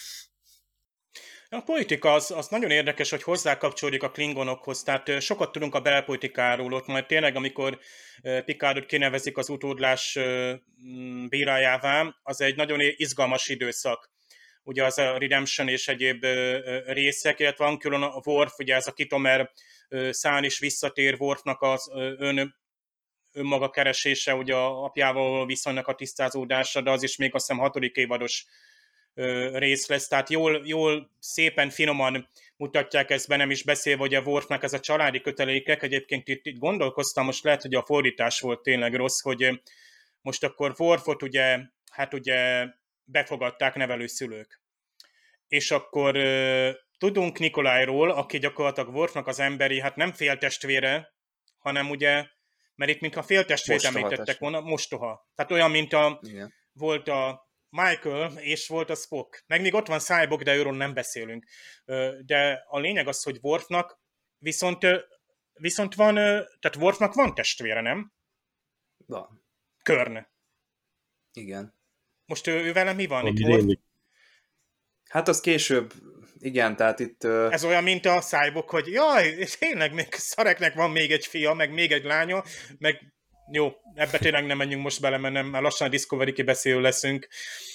A politika az, az nagyon érdekes, hogy hozzákapcsolódik a klingonokhoz, tehát sokat tudunk a belpolitikáról, ott majd tényleg, amikor Picardot kinevezik az utódlás bírájává, az egy nagyon izgalmas időszak. Ugye az a Redemption és egyéb részek, illetve van külön a Worf, ugye ez a Kitomer szán is visszatér, Worfnak az ön, önmaga keresése, ugye a apjával viszonynak a tisztázódása, de az is még azt hiszem hatodik évados rész lesz, tehát jól, jól, szépen, finoman mutatják ezt be, nem is beszélve, hogy a Worfnak ez a családi kötelékek, egyébként itt, itt gondolkoztam, most lehet, hogy a fordítás volt tényleg rossz, hogy most akkor Worfot ugye, hát ugye befogadták nevelőszülők. És akkor uh, tudunk Nikolajról, aki gyakorlatilag Worfnak az emberi, hát nem féltestvére, hanem ugye, mert itt mintha féltestvért említettek volna, mostoha. Tehát olyan, mint a, igen. Volt a Michael, és volt a Spock. Meg még ott van Cyborg, de őről nem beszélünk. De a lényeg az, hogy Worfnak viszont, viszont van, tehát Worfnak van testvére, nem? Van. Körn. Igen. Most ő, ő vele mi van? Itt Worf? Hát az később, igen, tehát itt... Uh... Ez olyan, mint a Cyborg, hogy jaj, tényleg még Szareknek van még egy fia, meg még egy lánya, meg jó, ebbe tényleg nem menjünk most bele, mert nem, már lassan a Discovery kibeszélő leszünk.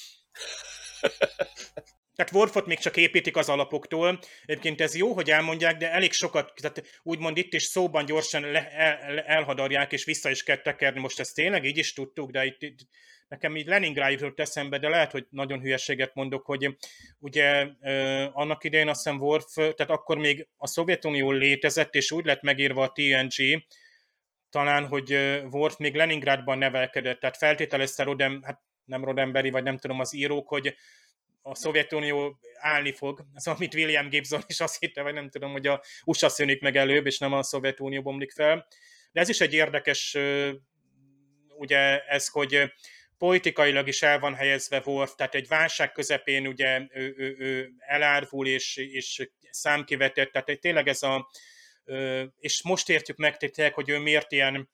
Tehát Worfot még csak építik az alapoktól. Egyébként ez jó, hogy elmondják, de elég sokat, tehát úgymond itt is szóban gyorsan le, el, elhadarják, és vissza is kell tekerni. Most ezt tényleg így is tudtuk, de itt, itt nekem így Leningrad jutott eszembe, de lehet, hogy nagyon hülyeséget mondok, hogy ugye eh, annak idején azt hiszem Worf, tehát akkor még a Szovjetunió létezett, és úgy lett megírva a té en gé, talán, hogy Worf még Leningradban nevelkedett, tehát feltételezte Rodem, hát nem Roddenberry, vagy nem tudom az írók, hogy a Szovjetunió állni fog, az, amit William Gibson is azt hitte, vagy nem tudom, hogy a u es á szűnik meg előbb, és nem a Szovjetunió bomlik fel. De ez is egy érdekes, ugye ez, hogy politikailag is el van helyezve Worf, tehát egy válság közepén ugye ő, ő, ő elárvul és, és számkivetett, tehát tényleg ez a, és most értjük meg tényleg, hogy ő miért ilyen,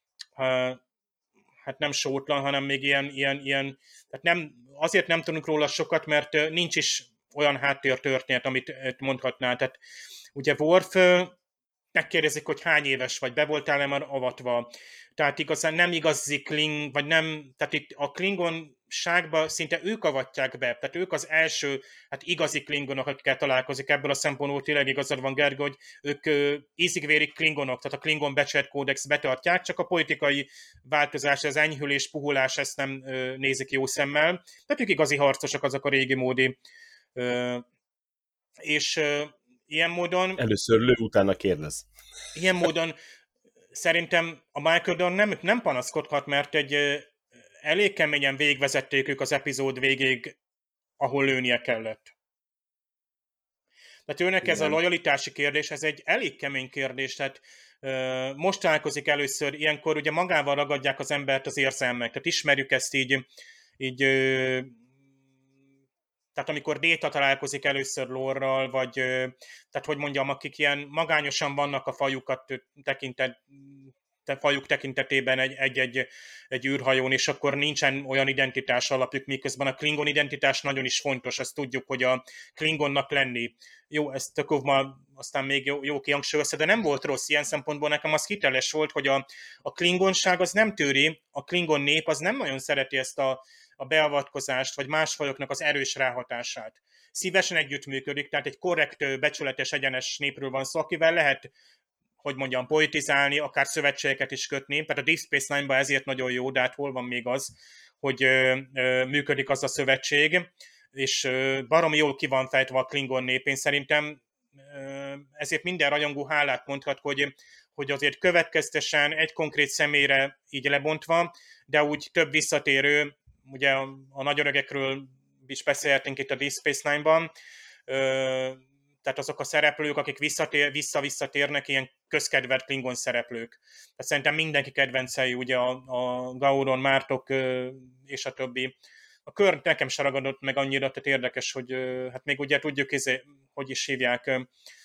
hát nem sótlan, hanem még ilyen, ilyen, ilyen tehát nem, azért nem tudunk róla sokat, mert nincs is olyan háttértörténet, amit mondhatná. Tehát ugye Worf megkérdezik, hogy hány éves vagy, be voltál-e már avatva. Tehát igazán nem igazi Kling, vagy nem, tehát itt a Klingonságban szinte ők avatják be, tehát ők az első, hát igazi Klingonok, akikkel találkozik, ebből a szempontból tényleg igazad van, Gergő, hogy ők ízig-vérig Klingonok, tehát a Klingon Becsert kódex betartják, csak a politikai változás, az enyhülés, puhulás, ezt nem ö, nézik jó szemmel. Tehát ők igazi harcosok, azok a régi módi. Ö, és ö, ilyen módon... Először lő, utána kérdez. Ilyen módon szerintem a Michael Dorn nem, nem panaszkodhat, mert egy elég keményen végigvezették ők az epizód végéig, ahol lőnie kellett. Tehát őnek igen. Ez a lojalitási kérdés, ez egy elég kemény kérdés, tehát uh, most találkozik először, ilyenkor ugye magával ragadják az embert az érzelmek, tehát ismerjük ezt így, így uh, tehát amikor Déta találkozik először Lorral, vagy tehát hogy mondjam, akik ilyen magányosan vannak a fajukat tekintet, fajuk tekintetében egy-egy egy űrhajón, és akkor nincsen olyan identitás alapjuk, miközben a Klingon identitás nagyon is fontos, azt tudjuk, hogy a Klingonnak lenni. Jó, ezt Tökov ma aztán még jó, jó kihangsúlyozta, de nem volt rossz ilyen szempontból, nekem az hiteles volt, hogy a, a Klingonság az nem tűri, a Klingon nép az nem nagyon szereti ezt a a beavatkozást, vagy más fajoknak az erős ráhatását. Szívesen együttműködik, tehát egy korrekt, becsületes, egyenes népről van szó, akivel lehet, hogy mondjam, politizálni, akár szövetségeket is kötni. Tehát a Deep Space Nine-ban ezért nagyon jó, de hát hol van még az, hogy ö, ö, működik az a szövetség, és ö, baromi jól ki van fejtve a Klingon nép. Én szerintem ö, ezért minden rajongó hálát mondhat, hogy, hogy azért következtesen egy konkrét személyre így lebontva, de úgy több visszatérő, ugye a, a nagyöregekről is beszéltünk itt a Deep Space Nine-ban, Ö, tehát azok a szereplők, akik visszatér, vissza-visszatérnek, ilyen közkedvelt Klingon szereplők. Tehát szerintem mindenki kedvencei, ugye a, a Gauron, Mártok ö, és a többi. A kör nekem se ragadott meg annyira, tehát érdekes, hogy ö, hát még ugye tudjuk, izé, hogy is hívják,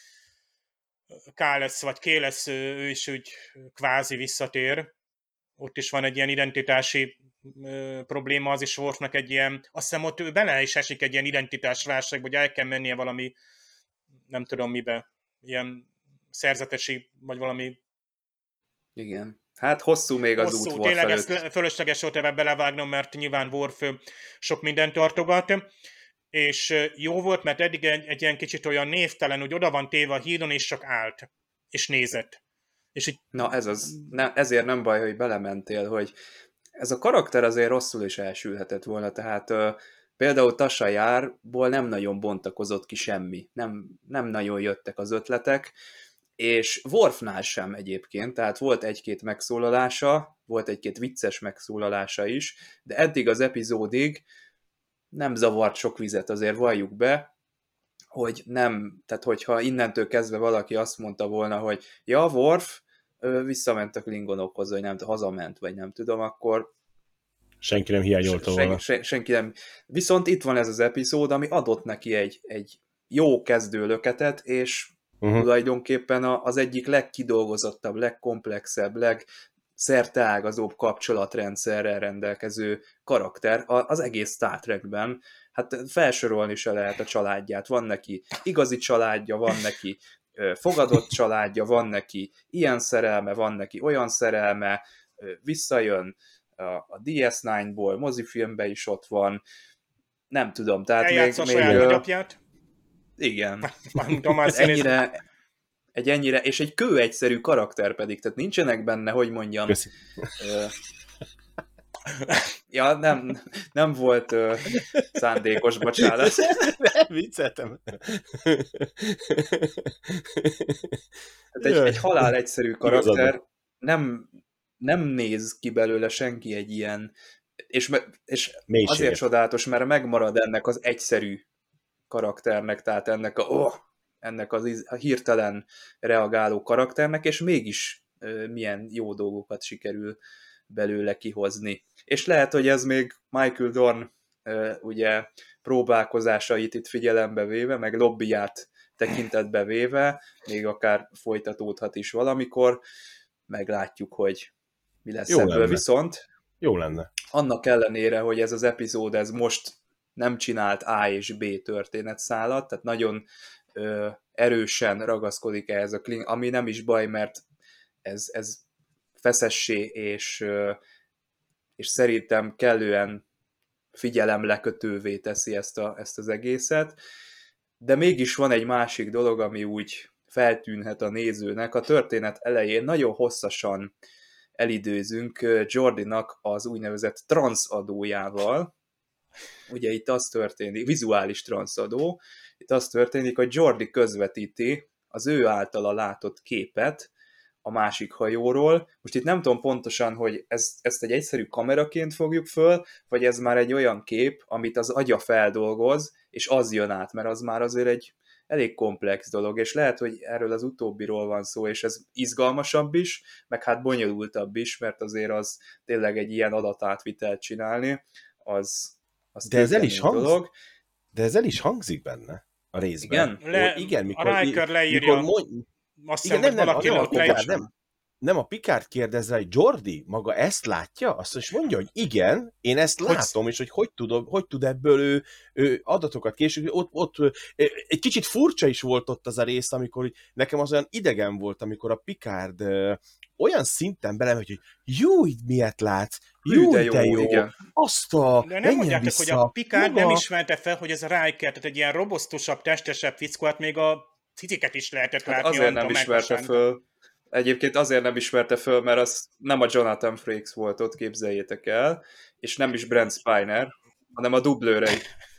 Kálesz vagy Kélesz, ő is úgy kvázi visszatér. Ott is van egy ilyen identitási ö, probléma, az is Worfnak egy ilyen, azt hiszem ott bele is esik egy ilyen identitásválság, hogy el kell mennie valami, nem tudom mibe, ilyen szerzetesi, vagy valami... Igen. Hát hosszú még az hosszú, út volt tényleg felőtt. ezt fölösleges volt ebbe belevágnom, mert nyilván Worf sok mindent tartogat, és jó volt, mert eddig egy, egy ilyen kicsit olyan névtelen, hogy oda van téve a hídon, és csak állt, és nézett. És így... Na ez az, ne, ezért nem baj, hogy belementél, hogy ez a karakter azért rosszul is elsülhetett volna, tehát uh, például Tasha Yarból nem nagyon bontakozott ki semmi, nem, nem nagyon jöttek az ötletek, és Worfnál sem egyébként, tehát volt egy-két megszólalása, volt egy-két vicces megszólalása is, de eddig az epizódig nem zavart sok vizet, azért valljuk be, hogy nem, tehát hogyha innentől kezdve valaki azt mondta volna, hogy ja, Worf visszament a Klingonokhoz, vagy nem, hazament, vagy nem tudom, akkor senki nem hiányolta volna. Sen, sen, senki nem. Viszont itt van ez az epizód, ami adott neki egy, egy jó kezdőlöketet, és uh-huh. tulajdonképpen az egyik legkidolgozottabb, legkomplexebb, legszerteágazóbb kapcsolatrendszerrel rendelkező karakter az egész Star Trekben. Hát felsorolni se lehet a családját. Van neki igazi családja, van neki fogadott családja, van neki ilyen szerelme, van neki olyan szerelme, visszajön a dé es kilencból, mozifilmbe is ott van, nem tudom, tehát eljátsza még... a saját nagyapját? Igen. Tomás ennyire, egy ennyire, és egy kő egyszerű karakter pedig, tehát nincsenek benne, hogy mondjam... Ja, nem, nem volt uh, szándékos, bocsánat. Nem, vicceltem. Egy, egy halál egyszerű karakter, nem, nem néz ki belőle senki egy ilyen és, és Mélységet. azért csodálatos, mert megmarad ennek az egyszerű karakternek, tehát ennek a, oh, ennek az a hirtelen reagáló karakternek, és mégis uh, milyen jó dolgokat sikerül belőle kihozni. És lehet, hogy ez még Michael Dorn uh, ugye próbálkozásait itt figyelembe véve, meg lobbyját tekintetbe véve, még akár folytatódhat is valamikor, meglátjuk, hogy mi lesz Jó ebből. lenne. Viszont Jó lenne. annak ellenére, hogy ez az epizód, ez most nem csinált A és B történetszálat, tehát nagyon ö, erősen ragaszkodik ehhez a Kling, ami nem is baj, mert ez, ez feszessé, és, ö, és szerintem kellően figyelemlekötővé teszi ezt, a, ezt az egészet, de mégis van egy másik dolog, ami úgy feltűnhet a nézőnek. A történet elején nagyon hosszasan elidőzünk Geordinak az úgynevezett transzadójával. Ugye itt az történik, vizuális transzadó, itt az történik, hogy Geordi közvetíti az ő általa látott képet a másik hajóról. Most itt nem tudom pontosan, hogy ez, ezt egy egyszerű kameraként fogjuk föl, vagy ez már egy olyan kép, amit az agya feldolgoz, és az jön át, mert az már azért egy elég komplex dolog, és lehet, hogy erről az utóbbiról van szó, és ez izgalmasabb is, meg hát bonyolultabb is, mert azért az tényleg egy ilyen adatátvitelt csinálni, az, az de ez el is dolog. hangzik, de ez el is hangzik benne a részben. Igen? Le, Ó, igen, mikor, a Riker leírja. Mikor mond, Azt igen, hiszem, nem, hogy nem, valaki nem, ott a Picard, leírja. nem, nem a Picard kérdez rá, hogy Geordi maga ezt látja? Azt is mondja, hogy igen, én ezt Hogy- látom, és hogy hogy tud, hogy tud ebből ő, ő adatokat később. Ott, ott ö, egy kicsit furcsa is volt ott az a rész, amikor így, nekem az olyan idegen volt, amikor a Picard ö, olyan szinten belemegy, hogy jó, itt miért látsz, jó, Hű, de de jó, jó, igen. azt a, De nem menjen mondjátok, vissza, hogy a Picard maga- nem ismerte fel, hogy ez a Riker, tehát egy ilyen robosztusabb, testesebb fickó, hát még a ciciket is lehetett Hát látni. azért nem nem tudom, ismerte megvasárni. föl. Egyébként azért nem ismerte föl, mert az nem a Jonathan Frakes volt ott, képzeljétek el, és nem is Brent Spiner, hanem a dublőrei.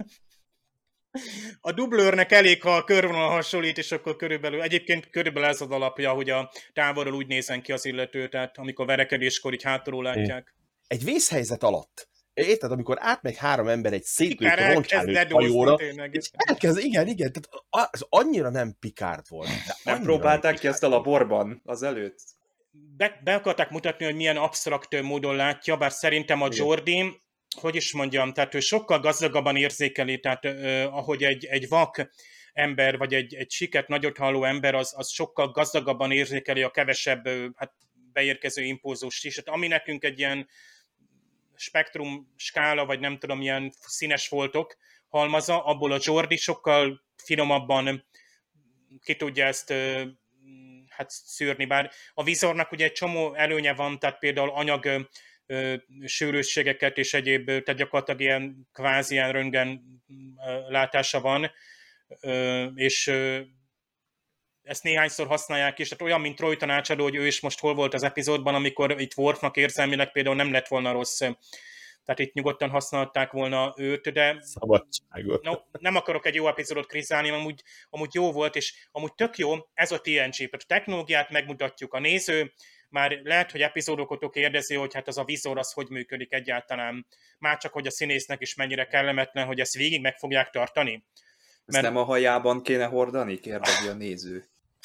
A dublőrnek elég, ha a körvonal hasonlít, és akkor körülbelül, egyébként körülbelül ez az alapja, hogy a távolról úgy nézen ki az illető, tehát amikor verekedéskor így hátulról látják. egy vészhelyzet alatt. Érted, amikor átmegy három ember egy szétlőtt Picard elkezd roncsállőtt ledózni hajóra, tényleg. és elkezd, igen, igen, tehát az annyira nem Picard volt. De Nem annyira próbálták nem ki ezt a Picard volt. laborban az előtt? Be, be akarták mutatni, hogy milyen absztrakt módon látja, bár szerintem a Igen. Geordi, hogy is mondjam, tehát ő sokkal gazdagabban érzékeli, tehát eh, ahogy egy, egy vak ember, vagy egy, egy siket nagyot halló ember, az, az sokkal gazdagabban érzékeli a kevesebb eh, hát beérkező impulzust is. Hát ami nekünk egy ilyen spektrum skála, vagy nem tudom, ilyen színes foltok halmaza, abból a Geordi sokkal finomabban ki tudja ezt ö, hát szűrni, bár a vizornak ugye egy csomó előnye van, tehát például anyag ö, ö, sűrűségeket és egyéb, ö, tehát gyakorlatilag ilyen kvázi ilyen röntgen ö, látása van, ö, és ö, ezt néhányszor használják is, tehát olyan, mint Troy tanácsadó, hogy ő is most hol volt az epizódban, amikor itt Worfnak érzelmileg például nem lett volna rossz. Tehát itt nyugodtan használták volna őt, de Szabadságot. no, nem akarok egy jó epizódot kritizálni, amúgy, amúgy jó volt, és amúgy tök jó, ez a té en gé, a technológiát megmutatjuk, a néző, már lehet, hogy epizódokotok kérdezi, hogy hát az a vizor, az hogy működik egyáltalán. Már csak, hogy a színésznek is mennyire kellemetlen, hogy ezt végig meg fogják tartani. Ezt Mert- nem a hajában kéne hordani? Kérdezi a néző.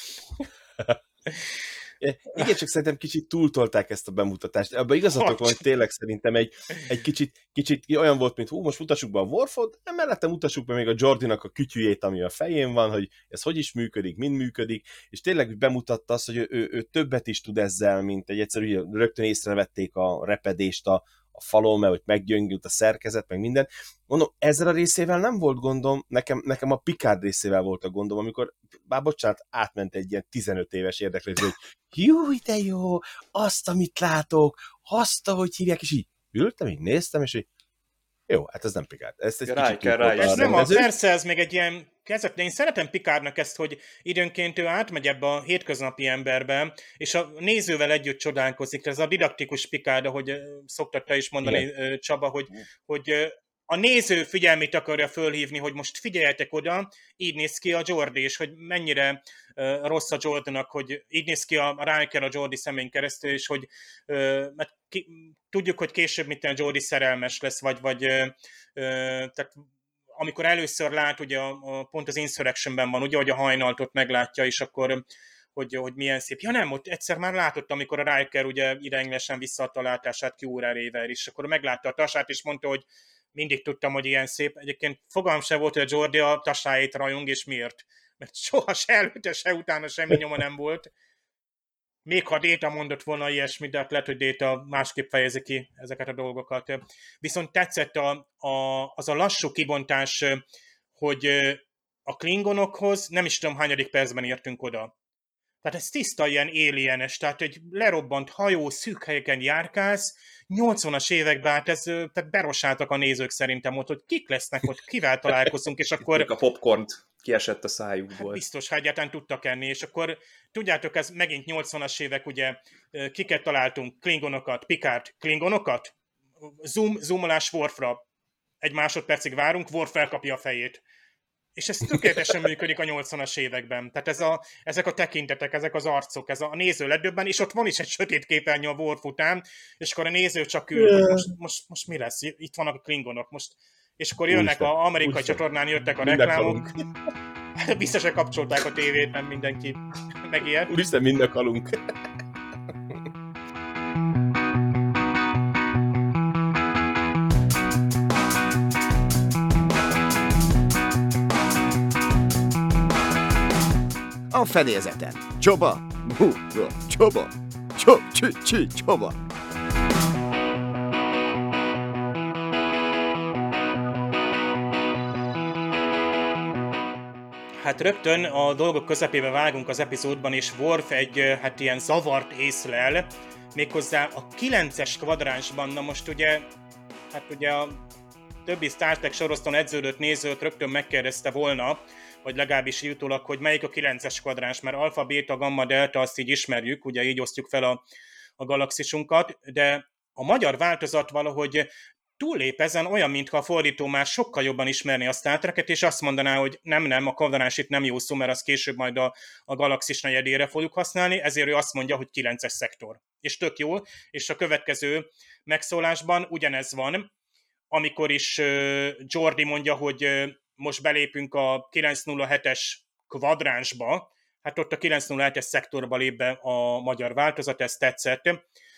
Igen, csak szerintem kicsit túltolták ezt a bemutatást. Abban igazatok van, hogy tényleg szerintem egy, egy kicsit, kicsit olyan volt, mint hú, most mutassuk be a Worfot, de mellette mutassuk be még a Geordinak a kütyüjét, ami a fején van, hogy ez hogy is működik, mind működik, és tényleg bemutatta azt, hogy ő, ő, ő többet is tud ezzel, mint egy egyszerű, rögtön észrevették a repedést a, a falon, mert hogy meggyöngült a szerkezet, meg minden. Mondom, ezzel a részével nem volt gondom, nekem, nekem a Picard részével volt a gondom, amikor, bár bocsánat, átment egy ilyen tizenöt éves érdeklődő, hogy jó, de jó, azt, amit látok, azt, ahogy hívják, és így ültem, így néztem, és így jó, hát ez nem Picard. Ezt egy Riker, kicsit Riker. túltolta Ez a nem a, rendező. persze, ez még egy ilyen kezdet, de én szeretem Picardnak ezt, hogy időnként ő átmegy ebbe a hétköznapi emberbe, és a nézővel együtt csodálkozik. Ez a didaktikus Picard, ahogy ö, szoktatta is mondani Igen. ö, Csaba, hogy, hogy ö, a néző figyelmét akarja fölhívni, hogy most figyeljetek oda, így néz ki a Jordi, és hogy mennyire uh, rossz a Jordanak, hogy így néz ki a Riker a Jordi szemén keresztül, és hogy uh, mert ki, tudjuk, hogy később mit a Jordi szerelmes lesz, vagy, vagy uh, uh, tehát amikor először lát, ugye a, a, pont az Insurrectionben van, ugye, hogy a hajnalt ott meglátja, és akkor hogy, hogy milyen szép. Ja nem, ott egyszer már látott, amikor a Riker ugye ideiglenesen visszaadta a látását Kjúrárével, és akkor meglátta a tasát, és mondta, hogy mindig tudtam, hogy ilyen szép. Egyébként fogalmam sem volt, hogy a Jordi a tasáit rajong, és miért. Mert soha se előtte, se utána semmi nyoma nem volt. Még ha Data mondott volna ilyesmit, de lehet, hogy Data másképp fejezi ki ezeket a dolgokat. Viszont tetszett a, a, az a lassú kibontás, hogy a klingonokhoz nem is tudom, hányadik percben értünk oda. Tehát ez tiszta ilyen alienes, tehát egy lerobbant hajó, szűk helyeken járkálsz, nyolcvanas években, hát ez, tehát berosáltak a nézők szerintem ott, hogy kik lesznek ott, kivel találkozunk, és akkor... A popcornt kiesett a szájukból. Hát biztos, ha egyáltalán tudtak enni, és akkor tudjátok, ez megint nyolcvanas évek, ugye, kiket találtunk, klingonokat, Picard, klingonokat, zoom, zoomolás Worfra, egy másodpercig várunk, Worf felkapja a fejét. És ez tökéletesen működik a nyolcvanas években. Tehát ez a, ezek a tekintetek, ezek az arcok, ez a néző ledöbben, és ott van is egy sötét képernyő a Worf után, és akkor a néző csak ül, hogy most, most, most mi lesz? Itt vannak a klingonok most. És akkor jönnek az amerikai csatornán, jöttek a reklámok. Biztos, hogy kapcsolták a tévét, nem mindenki megijedt. Úristen, mindnek halunk. A fedélzeten. Csoba, bu, bu, csoba, csob, csü, csü, csoba. Hát rögtön a dolgok közepébe vágunk az epizódban, és Worf egy hát ilyen zavart észlel, méghozzá a kilences kvadránsban. Na most ugye, hát ugye a többi Star Trek soroszton edződött nézőt rögtön megkérdezte volna, vagy legalábbis jutólag, hogy melyik a kilences kvadráns, mert alfa, beta, gamma, delta, azt így ismerjük, ugye így osztjuk fel a, a galaxisunkat, de a magyar változat valahogy túllép ezen, olyan, mintha a fordító már sokkal jobban ismerné a Star Trek-et, és azt mondaná, hogy nem, nem, a kvadráns itt nem jó szó, mert az később majd a, a galaxis negyedére fogjuk használni, ezért ő azt mondja, hogy kilences szektor. És tök jó, és a következő megszólásban ugyanez van, amikor is uh, Geordi mondja, hogy uh, most belépünk a kilencszázhetes kvadránsba, hát ott a kilencszázhetes szektorba lép be a magyar változat, ez tetszett.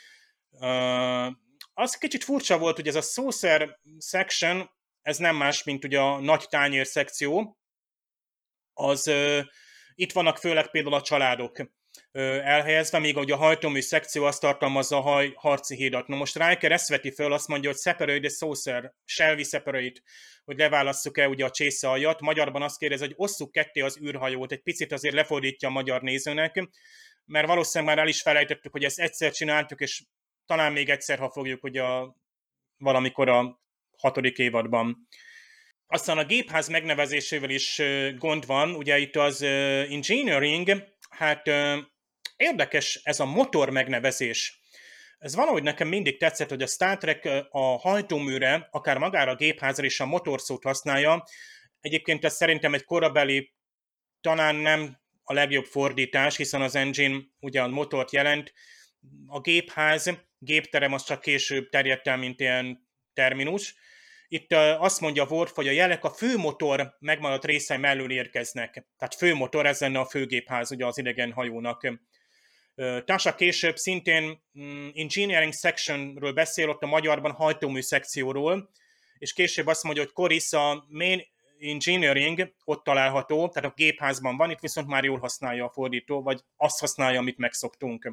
Uh, az kicsit furcsa volt, hogy ez a saucer section, ez nem más, mint ugye a nagy tányér szekció, az uh, itt vannak főleg például a családok uh, elhelyezve, míg ugye a hajtómű szekció azt tartalmazza a haj, harci hídat. Na most Riker ezt veti föl, azt mondja, hogy separate the saucer, shall we separate, hogy leválasszuk-e ugye a csésze aljat. Magyarban azt kérdez, hogy osszuk ketté az űrhajót, egy picit azért lefordítja a magyar nézőnek, mert valószínűleg már el is felejtettük, hogy ezt egyszer csináltuk, és talán még egyszer, ha fogjuk ugye a, valamikor a hatodik évadban. Aztán a gépház megnevezésével is gond van, ugye itt az engineering, hát érdekes ez a motor megnevezés. Ez valahogy nekem mindig tetszett, hogy a Star Trek a hajtóműre, akár magára a gépházra is a motorszót használja. Egyébként ez szerintem egy korabeli, talán nem a legjobb fordítás, hiszen az engine ugye a motort jelent. A gépház, gépterem az csak később terjedt el, mint ilyen terminus. Itt azt mondja Worf, hogy a jelek a főmotor megmaradt részei mellől érkeznek. Tehát főmotor, ez lenne a főgépház ugye az idegen hajónak. Tasha később szintén engineering sectionről beszél, ott a magyarban hajtómű szekcióról, és később azt mondja, hogy Coris a main engineering ott található, tehát a gépházban van, itt viszont már jól használja a fordító, vagy azt használja, amit megszoktunk.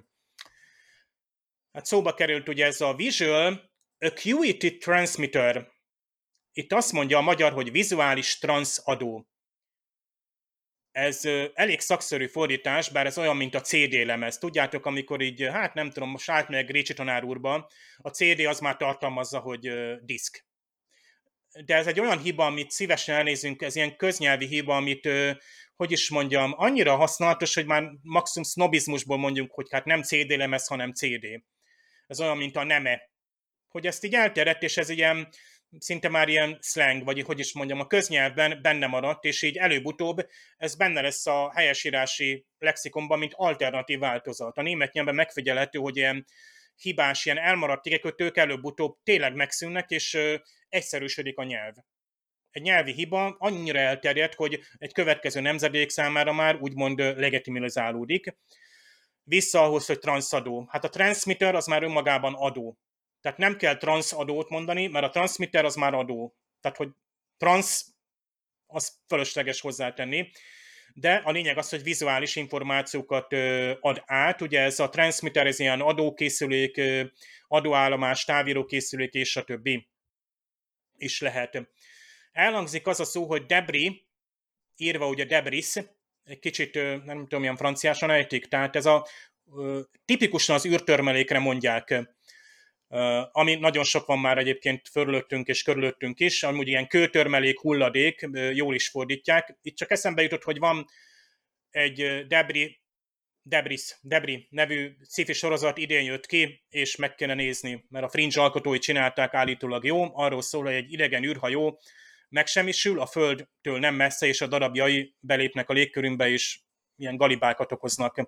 Hát szóba került ugye ez a Visual Acuity Transmitter. Itt azt mondja a magyar, hogy vizuális transzadó. Ez elég szakszerű fordítás, bár ez olyan, mint a cé dé lemez. Tudjátok, amikor így, hát nem tudom, most átmegyek Grécsi tanár úrba, a cé dé az már tartalmazza, hogy diszk. De ez egy olyan hiba, amit szívesen elnézünk, ez ilyen köznyelvi hiba, amit, hogy is mondjam, annyira használatos, hogy már maximum sznobizmusból mondjuk, hogy hát nem cé dé lemez, hanem cé dé. Ez olyan, mint a neme. Hogy ezt így elterjedt, és ez ilyen szinte már ilyen slang, vagy hogy is mondjam, a köznyelvben benne maradt, és így előbb-utóbb ez benne lesz a helyesírási lexikonban, mint alternatív változat. A német nyelven megfigyelhető, hogy ilyen hibás, ilyen elmaradt igekötők előbb-utóbb tényleg megszűnnek, és ö, egyszerűsödik a nyelv. Egy nyelvi hiba annyira elterjedt, hogy egy következő nemzedék számára már úgymond legitimizálódik. Vissza ahhoz, hogy transzadó. Hát a transmitter az már önmagában adó. Tehát nem kell transzadót mondani, mert a transmitter az már adó. Tehát, hogy transz, az fölösleges hozzátenni. De a lényeg az, hogy vizuális információkat ad át. Ugye ez a transmitter, ez ilyen adókészülék, adóállomás, távírókészülék és a többi is lehet. Elhangzik az a szó, hogy debris, írva ugye debris, egy kicsit, nem tudom, milyen franciásan ejtik, tehát ez a tipikusan az űrtörmelékre mondják, ami nagyon sok van már egyébként fölöttünk és körülöttünk is, amúgy ilyen kőtörmelék, hulladék, jól is fordítják. Itt csak eszembe jutott, hogy van egy debris, debris, debris nevű sci-fi sorozat, idén jött ki, és meg kéne nézni, mert a Fringe alkotói csinálták, állítólag jó, arról szól, hogy egy idegen űrhajó megsemmisül, a Földtől nem messze, és a darabjai belépnek a légkörünkbe, és ilyen galibákat okoznak.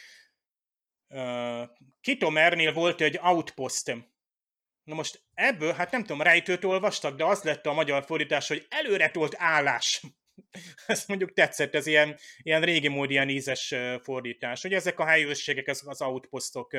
Kitomernél volt egy outpost. Na most ebből, hát nem tudom, rejtőt olvastak, de az lett a magyar fordítás, hogy előretolt állás. Ezt mondjuk tetszett, ez ilyen, ilyen régi mód, ilyen ízes fordítás. Ugye ezek a helyőrségek, ezek az outpostok.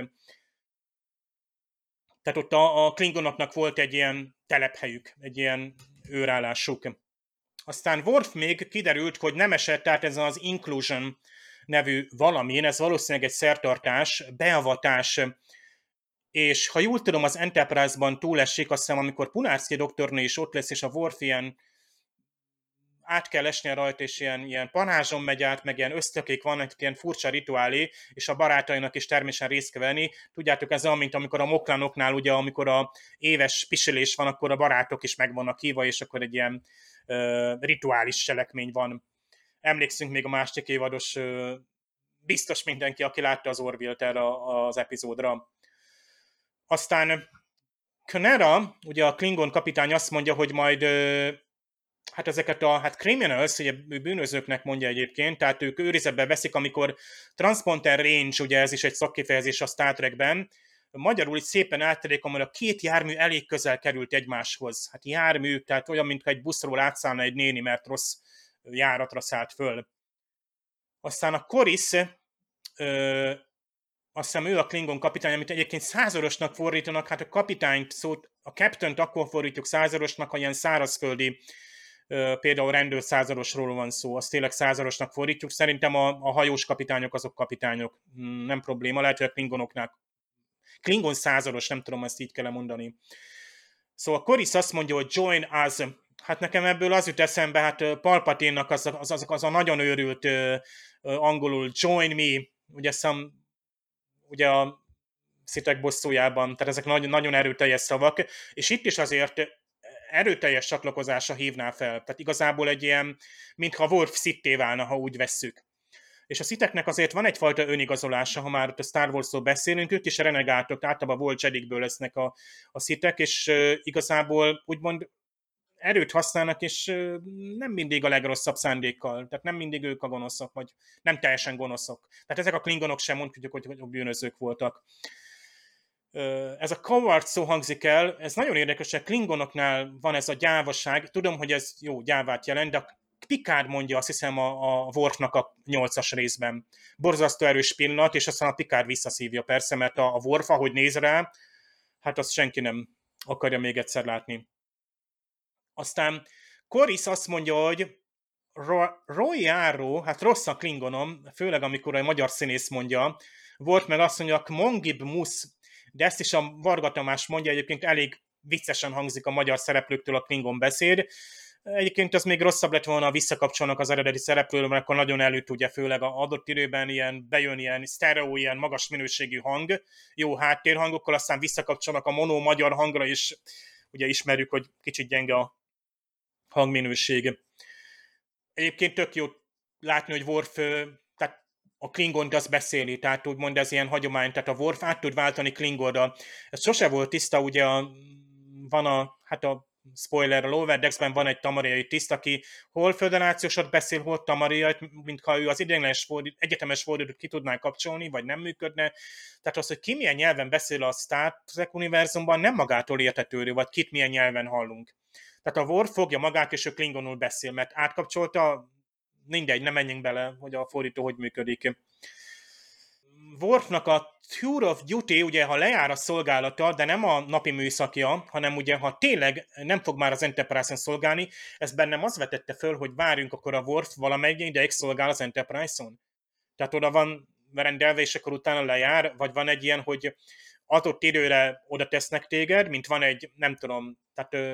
Tehát ott a, a klingonoknak volt egy ilyen telephelyük, egy ilyen őrállásuk. Aztán Worf még kiderült, hogy nem esett, tehát ez az inclusion nevű valamin, ez valószínűleg egy szertartás, beavatás, és ha jól tudom, az Enterprise-ban túlesik, azt hiszem, amikor Punárszki doktornő is ott lesz, és a Worf ilyen át kell esnie rajta, és ilyen, ilyen panázson megy át, meg ilyen ösztökék vannak, ilyen furcsa rituálé, és a barátainak is természetesen részt kell venni. Tudjátok, ez olyan, mint amikor a moklanoknál, ugye, amikor a éves pisilés van, akkor a barátok is meg vannak hívva, és akkor egy ilyen uh, rituális cselekmény van. Emlékszünk még a másik évados, uh, biztos mindenki, aki látta az Orville-t erre az epizódra. Aztán Könera, ugye a Klingon kapitány azt mondja, hogy majd uh, hát ezeket a hát criminals, ugye bűnözőknek mondja egyébként, tehát ők őrizetbe veszik, amikor transponder range, ugye ez is egy szakkifejezés a Star Trekben, magyarul itt szépen átterik, amely a két jármű elég közel került egymáshoz. Hát jármű, tehát olyan, mintha egy buszról átszállna egy néni, mert rossz járatra szállt föl. Aztán a Koris, ö, azt hiszem ő a Klingon kapitány, amit egyébként százorosnak fordítanak, hát a kapitányt szót, a captain-t akkor fordítjuk százorosnak, ha ilyen szárazföldi például rendőr századosról van szó, azt tényleg századosnak fordítjuk. Szerintem a, a hajós kapitányok azok kapitányok. Nem probléma, lehet, hogy a klingonoknál. Klingon százados, nem tudom, ezt így kell mondani. Szóval Koris azt mondja, hogy join us. Hát nekem ebből az jut eszembe, hát Palpatine-nak az, az, az, az a nagyon őrült uh, angolul join me, ugye, szem, ugye a Szitek bosszújában, tehát ezek nagyon, nagyon erőteljes szavak, és itt is azért erőteljes csatlakozásra hívná fel. Tehát igazából egy ilyen, mintha Worf szitté válna, ha úgy vesszük. És a sziteknek azért van egyfajta önigazolása, ha már ott a Star Wars-ról beszélünk, ők is renegátok, általában volt Jedikből lesznek a, a szitek, és uh, igazából úgymond erőt használnak, és uh, nem mindig a legrosszabb szándékkal. Tehát nem mindig ők a gonoszok, vagy nem teljesen gonoszok. Tehát ezek a klingonok sem mondjuk, hogy, hogy bűnözők voltak. Ez a coward szó hangzik el, ez nagyon érdekes, hogy a klingonoknál van ez a gyávaság, tudom, hogy ez jó, gyávát jelent, de a Picard mondja, azt hiszem, a, a Worfnak a nyolcas részben. Borzasztó erős pillanat, és aztán a Picard visszaszívja persze, mert a, a Worf, ahogy néz rá, hát azt senki nem akarja még egyszer látni. Aztán Koris azt mondja, hogy Roy Járó, hát rossz a klingonom, főleg amikor a magyar színész mondja, Worf meg azt mondja, Mongib Mus, de ezt is a Varga Tamás mondja, egyébként elég viccesen hangzik a magyar szereplőktől a klingon beszéd. Egyébként az még rosszabb lett volna, visszakapcsolnak az eredeti szereplőről, mert akkor nagyon előtt, ugye főleg az adott időben ilyen, bejön ilyen sztereó, ilyen magas minőségű hang, jó háttérhangokkal, aztán visszakapcsolnak a mono magyar hangra, és ugye ismerjük, hogy kicsit gyenge a hangminőség. Egyébként tök jó látni, hogy Worf, tehát a Klingont azt beszéli, tehát úgymond ez ilyen hagyomány, tehát a Worf át tud váltani Klingonra. Ez sose volt tiszta, ugye a, van a, hát a spoiler, a Lower Decks-ben van egy tamariai tiszt, aki hol föderációsat beszél, hol tamariait, mintha ő az ideiglenes fordít, egyetemes fordítót ki tudná kapcsolni, vagy nem működne. Tehát az, hogy ki milyen nyelven beszél a Star Trek univerzumban, nem magától értetődő, vagy kit milyen nyelven hallunk. Tehát a Worf fogja magát, és ő klingonul beszél, mert átkapcsolta, mindegy, nem menjünk bele, hogy a fordító hogy működik. Worfnak a Tour of Duty, ugye, ha lejár a szolgálata, de nem a napi műszakja, hanem ugye, ha tényleg nem fog már az Enterprise-on szolgálni, ez bennem az vetette föl, hogy várjunk, akkor a Worf valamennyi ideig szolgál az Enterprise-on. Tehát oda van rendelve, és akkor utána lejár, vagy van egy ilyen, hogy adott időre oda tesznek téged, mint van egy, nem tudom, tehát ö,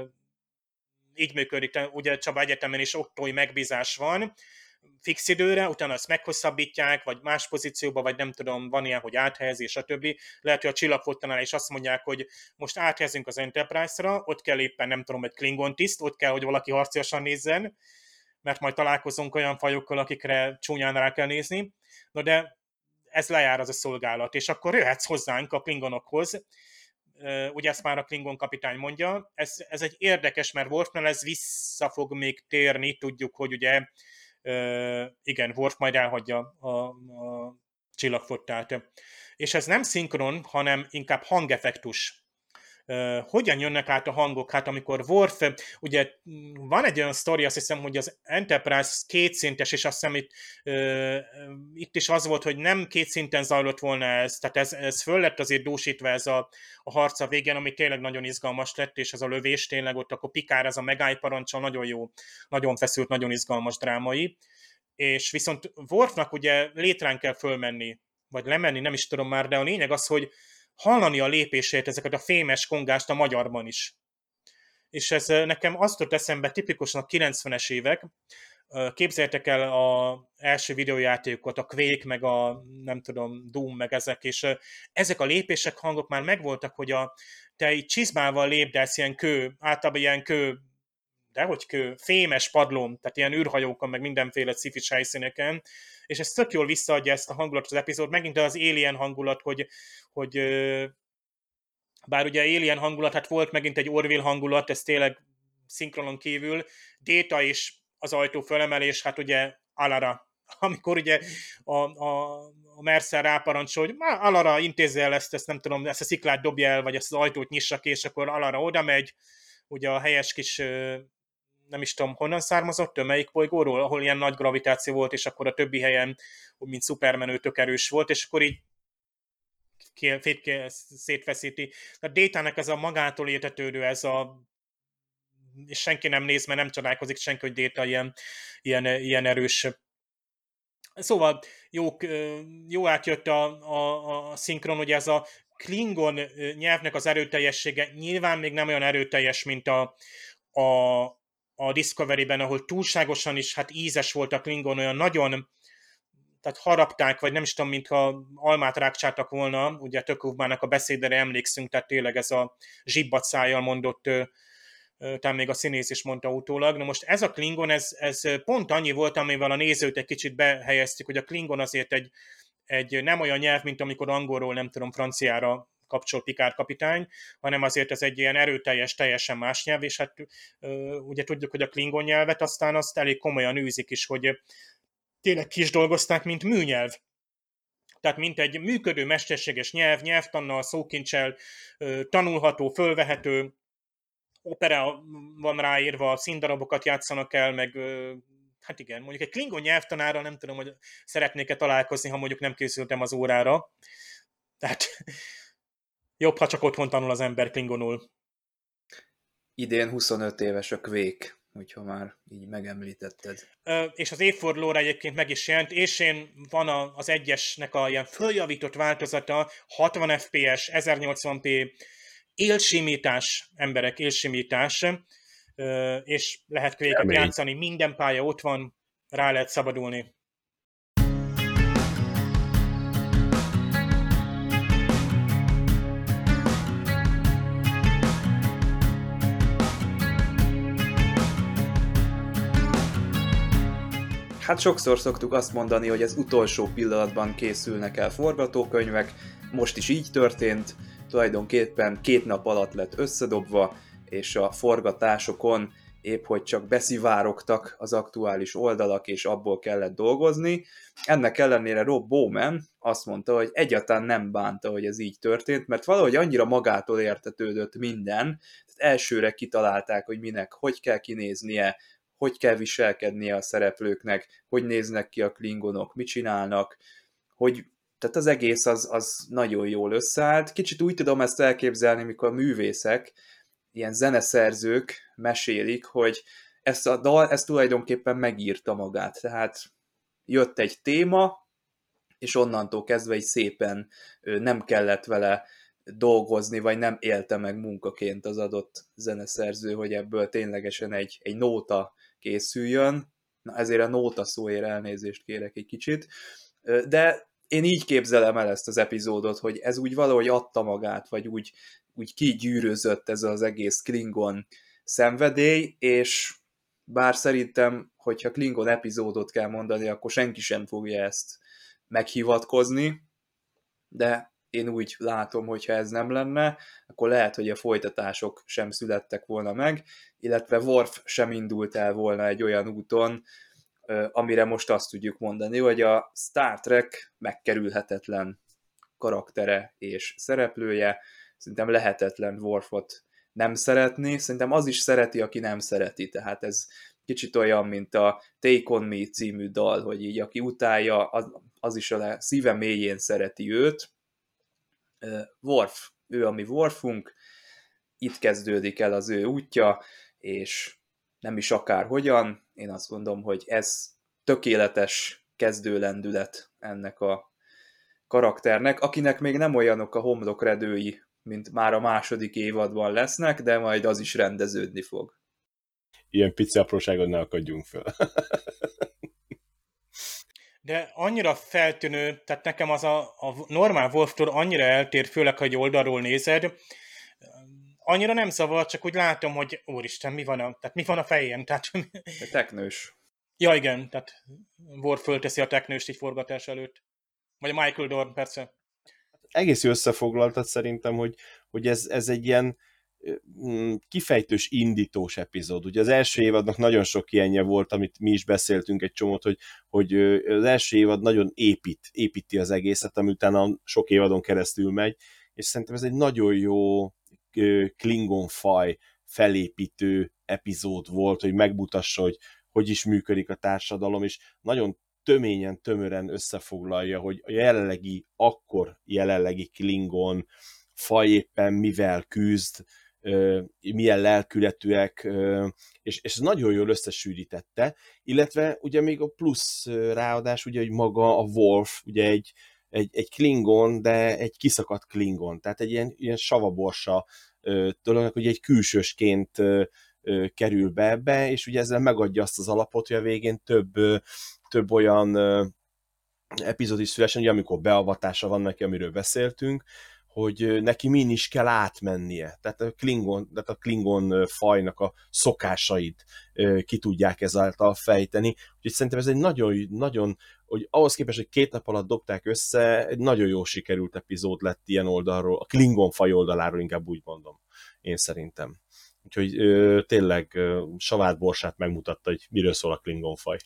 így működik, ugye Csaba egyetemen is októi megbízás van, fix időre, utána ezt meghosszabbítják, vagy más pozícióba, vagy nem tudom, van ilyen, hogy áthelyezés, stb. Lehet, hogy a csillagflottanál is azt mondják, hogy most áthelyezünk az Enterprise-ra, ott kell éppen, nem tudom, egy Klingon tiszt, ott kell, hogy valaki harciasan nézzen, mert majd találkozunk olyan fajokkal, akikre csúnyán rá kell nézni. No de ez lejár az a szolgálat, és akkor jöhetsz hozzánk a Klingonokhoz. Ugye ezt már a Klingon kapitány mondja. Ez, ez egy érdekes, mert Worfnál ez vissza fog még térni, tudjuk, hogy ugye Uh, igen, Worf majd elhagyja a, a csillagflottát. És ez nem szinkron, hanem inkább hangeffektus. Uh, hogyan jönnek át a hangok? Hát amikor Worf, ugye van egy olyan sztori, azt hiszem, hogy az Enterprise kétszintes, és azt hiszem itt, uh, itt is az volt, hogy nem két szinten zajlott volna ez, tehát ez, ez föl lett azért dúsítva ez a, a harc a végén, ami tényleg nagyon izgalmas lett, és ez a lövés tényleg ott akkor Picard, ez a megállj parancsol, nagyon jó, nagyon feszült, nagyon izgalmas drámai. És viszont Worfnak ugye létrán kell fölmenni, vagy lemenni, nem is tudom már, de a lényeg az, hogy hallani a lépését, ezeket a fémes kongást a magyarban is. És ez nekem azt tört eszembe tipikusan a kilencvenes évek. Képzeljétek el az első videójátékokat, a Quake, meg a nem tudom, Doom, meg ezek, és ezek a lépések, hangok már megvoltak, hogy a, te így csizmával lépdelsz ilyen kő, általában ilyen kő, dehogy kő, fémes padlón, tehát ilyen űrhajókon, meg mindenféle sci-fi helyszíneken, és ez tök jól visszaadja ezt a hangulatot az epizód, megint az Alien hangulat, hogy, hogy bár ugye Alien hangulat, hát volt megint egy Orville hangulat, ez tényleg szinkronon kívül, Data is az ajtó fölemelés, hát ugye Alara, amikor ugye a, a, a Mercer ráparancsol, hogy Alara intézze el ezt, ezt nem tudom, ezt a sziklát dobja el, vagy ezt az ajtót nyissa ki, és akkor Alara oda megy, ugye a helyes kis, nem is tudom, honnan származott, melyik bolygóról, ahol ilyen nagy gravitáció volt, és akkor a többi helyen, mint Superman, ő tök erős volt, és akkor így szétfeszíti. A Data-nek ez a magától értetődő, ez a és senki nem néz, mert nem csodálkozik senki, hogy Data ilyen, ilyen, ilyen erős. Szóval jó, jó átjött a, a, a szinkron, hogy ez a Klingon nyelvnek az erőteljessége nyilván még nem olyan erőteljes, mint a, a, a Discovery-ben, ahol túlságosan is hát ízes volt a Klingon, olyan nagyon, tehát harapták, vagy nem is tudom, mintha almát rákcsáltak volna, ugye Tökövmának a beszédére emlékszünk, tehát tényleg ez a zsibbat szájjal mondott, talán még a színész is mondta utólag. Na most ez a Klingon, ez, ez pont annyi volt, amivel a nézőt egy kicsit behelyeztük, hogy a Klingon azért egy, egy nem olyan nyelv, mint amikor angolról, nem tudom, franciára kapcsol Picard kapitány, hanem azért ez egy ilyen erőteljes, teljesen más nyelv, és hát ugye tudjuk, hogy a Klingon nyelvet aztán azt elég komolyan űzik is, hogy tényleg kis dolgozták, mint műnyelv. Tehát mint egy működő, mesterséges nyelv, nyelvtannal, szókincsel, tanulható, fölvehető, opera van ráírva, színdarabokat játszanak el, meg hát igen, mondjuk egy Klingon nyelvtanárral nem tudom, hogy szeretnék-e találkozni, ha mondjuk nem készültem az órára. Tehát jobb, ha csak otthon tanul az ember Klingonul. Idén huszonöt éves a Quake, úgyhogy már így megemlítetted. És az évfordulóra egyébként meg is jelent, és én van az egyesnek a ilyen följavított változata, hatvan ef pé es, ezernyolcvan pé, élsimítás, emberek, élsimítás, és lehet Quake-et játszani, minden pálya ott van, rá lehet szabadulni. Hát sokszor szoktuk azt mondani, hogy az utolsó pillanatban készülnek el forgatókönyvek, most is így történt, tulajdonképpen két nap alatt lett összedobva, és a forgatásokon épp hogy csak beszivárogtak az aktuális oldalak, és abból kellett dolgozni. Ennek ellenére Rob Bowman azt mondta, hogy egyáltalán nem bánta, hogy ez így történt, mert valahogy annyira magától értetődött minden, tehát elsőre kitalálták, hogy minek, hogy kell kinéznie, hogy kell viselkednie a szereplőknek, hogy néznek ki a klingonok, mit csinálnak, hogy tehát az egész az, az nagyon jól összeállt. Kicsit úgy tudom ezt elképzelni, mikor a művészek, ilyen zeneszerzők mesélik, hogy ezt a dal, ez tulajdonképpen megírta magát. Tehát jött egy téma, és onnantól kezdve így szépen nem kellett vele dolgozni, vagy nem élte meg munkaként az adott zeneszerző, hogy ebből ténylegesen egy, egy nóta készüljön. Na, ezért a nóta szóért elnézést kérek egy kicsit. De én így képzelem el ezt az epizódot, hogy ez úgy valahogy adta magát, vagy úgy, úgy kigyűrözött ez az egész Klingon szenvedély, és bár szerintem, hogyha Klingon epizódot kell mondani, akkor senki sem fogja ezt meghivatkozni, de én úgy látom, hogyha ez nem lenne, akkor lehet, hogy a folytatások sem születtek volna meg, illetve Worf sem indult el volna egy olyan úton, amire most azt tudjuk mondani, hogy a Star Trek megkerülhetetlen karaktere és szereplője, szerintem lehetetlen Worfot nem szeretni, szerintem az is szereti, aki nem szereti, tehát ez kicsit olyan, mint a Take On Me című dal, hogy így aki utálja, az, az is a szíve mélyén szereti őt. Worf, ő a mi Worfunk, itt kezdődik el az ő útja, és nem is akárhogyan, én azt gondolom, hogy ez tökéletes kezdőlendület ennek a karakternek, akinek még nem olyanok a homlokredői, mint már a második évadban lesznek, de majd az is rendeződni fog. Ilyen pici apróságon ne akadjunk föl. De annyira feltűnő, tehát nekem az a, a normál Worftól annyira eltér, főleg, ha egy oldalról nézed, annyira nem zavar, csak úgy látom, hogy úristen, mi van a, tehát mi van a fején? Tehát... A teknős. Ja, igen, tehát Worf fölteszi a teknőst így forgatás előtt. Vagy a Michael Dorn, persze. Egész jó összefoglaltad szerintem, hogy, hogy ez, ez egy ilyen kifejtős, indítós epizód. Ugye az első évadnak nagyon sok ilyenje volt, amit mi is beszéltünk egy csomót, hogy, hogy az első évad nagyon épít, építi az egészet, ami utána sok évadon keresztül megy, és szerintem ez egy nagyon jó Klingon faj felépítő epizód volt, hogy megmutassa, hogy hogy is működik a társadalom, és nagyon töményen, tömören összefoglalja, hogy a jelenlegi, akkor jelenlegi Klingon faj éppen mivel küzd, milyen lelkületűek, és, és ez nagyon jól összesűrítette, illetve ugye még a plusz ráadás, ugye, hogy maga a Worf, ugye egy, egy, egy Klingon, de egy kiszakadt Klingon, tehát egy ilyen, ilyen savaborsa dolognak, hogy egy külsősként kerül be ebbe, és ugye ezzel megadja azt az alapot, hogy a végén több, több olyan epizód is szülesen, ugye amikor beavatása van neki, amiről beszéltünk, hogy neki min is kell átmennie. Tehát a Klingon, tehát a Klingon fajnak a szokásait ki tudják ezáltal fejteni. Úgyhogy szerintem ez egy nagyon, nagyon, hogy ahhoz képest, hogy két nap alatt dobták össze, egy nagyon jó sikerült epizód lett ilyen oldalról, a Klingon faj oldaláról inkább úgy mondom, én szerintem. Úgyhogy ö, tényleg ö, savát borsát megmutatta, hogy miről szól a Klingon faj.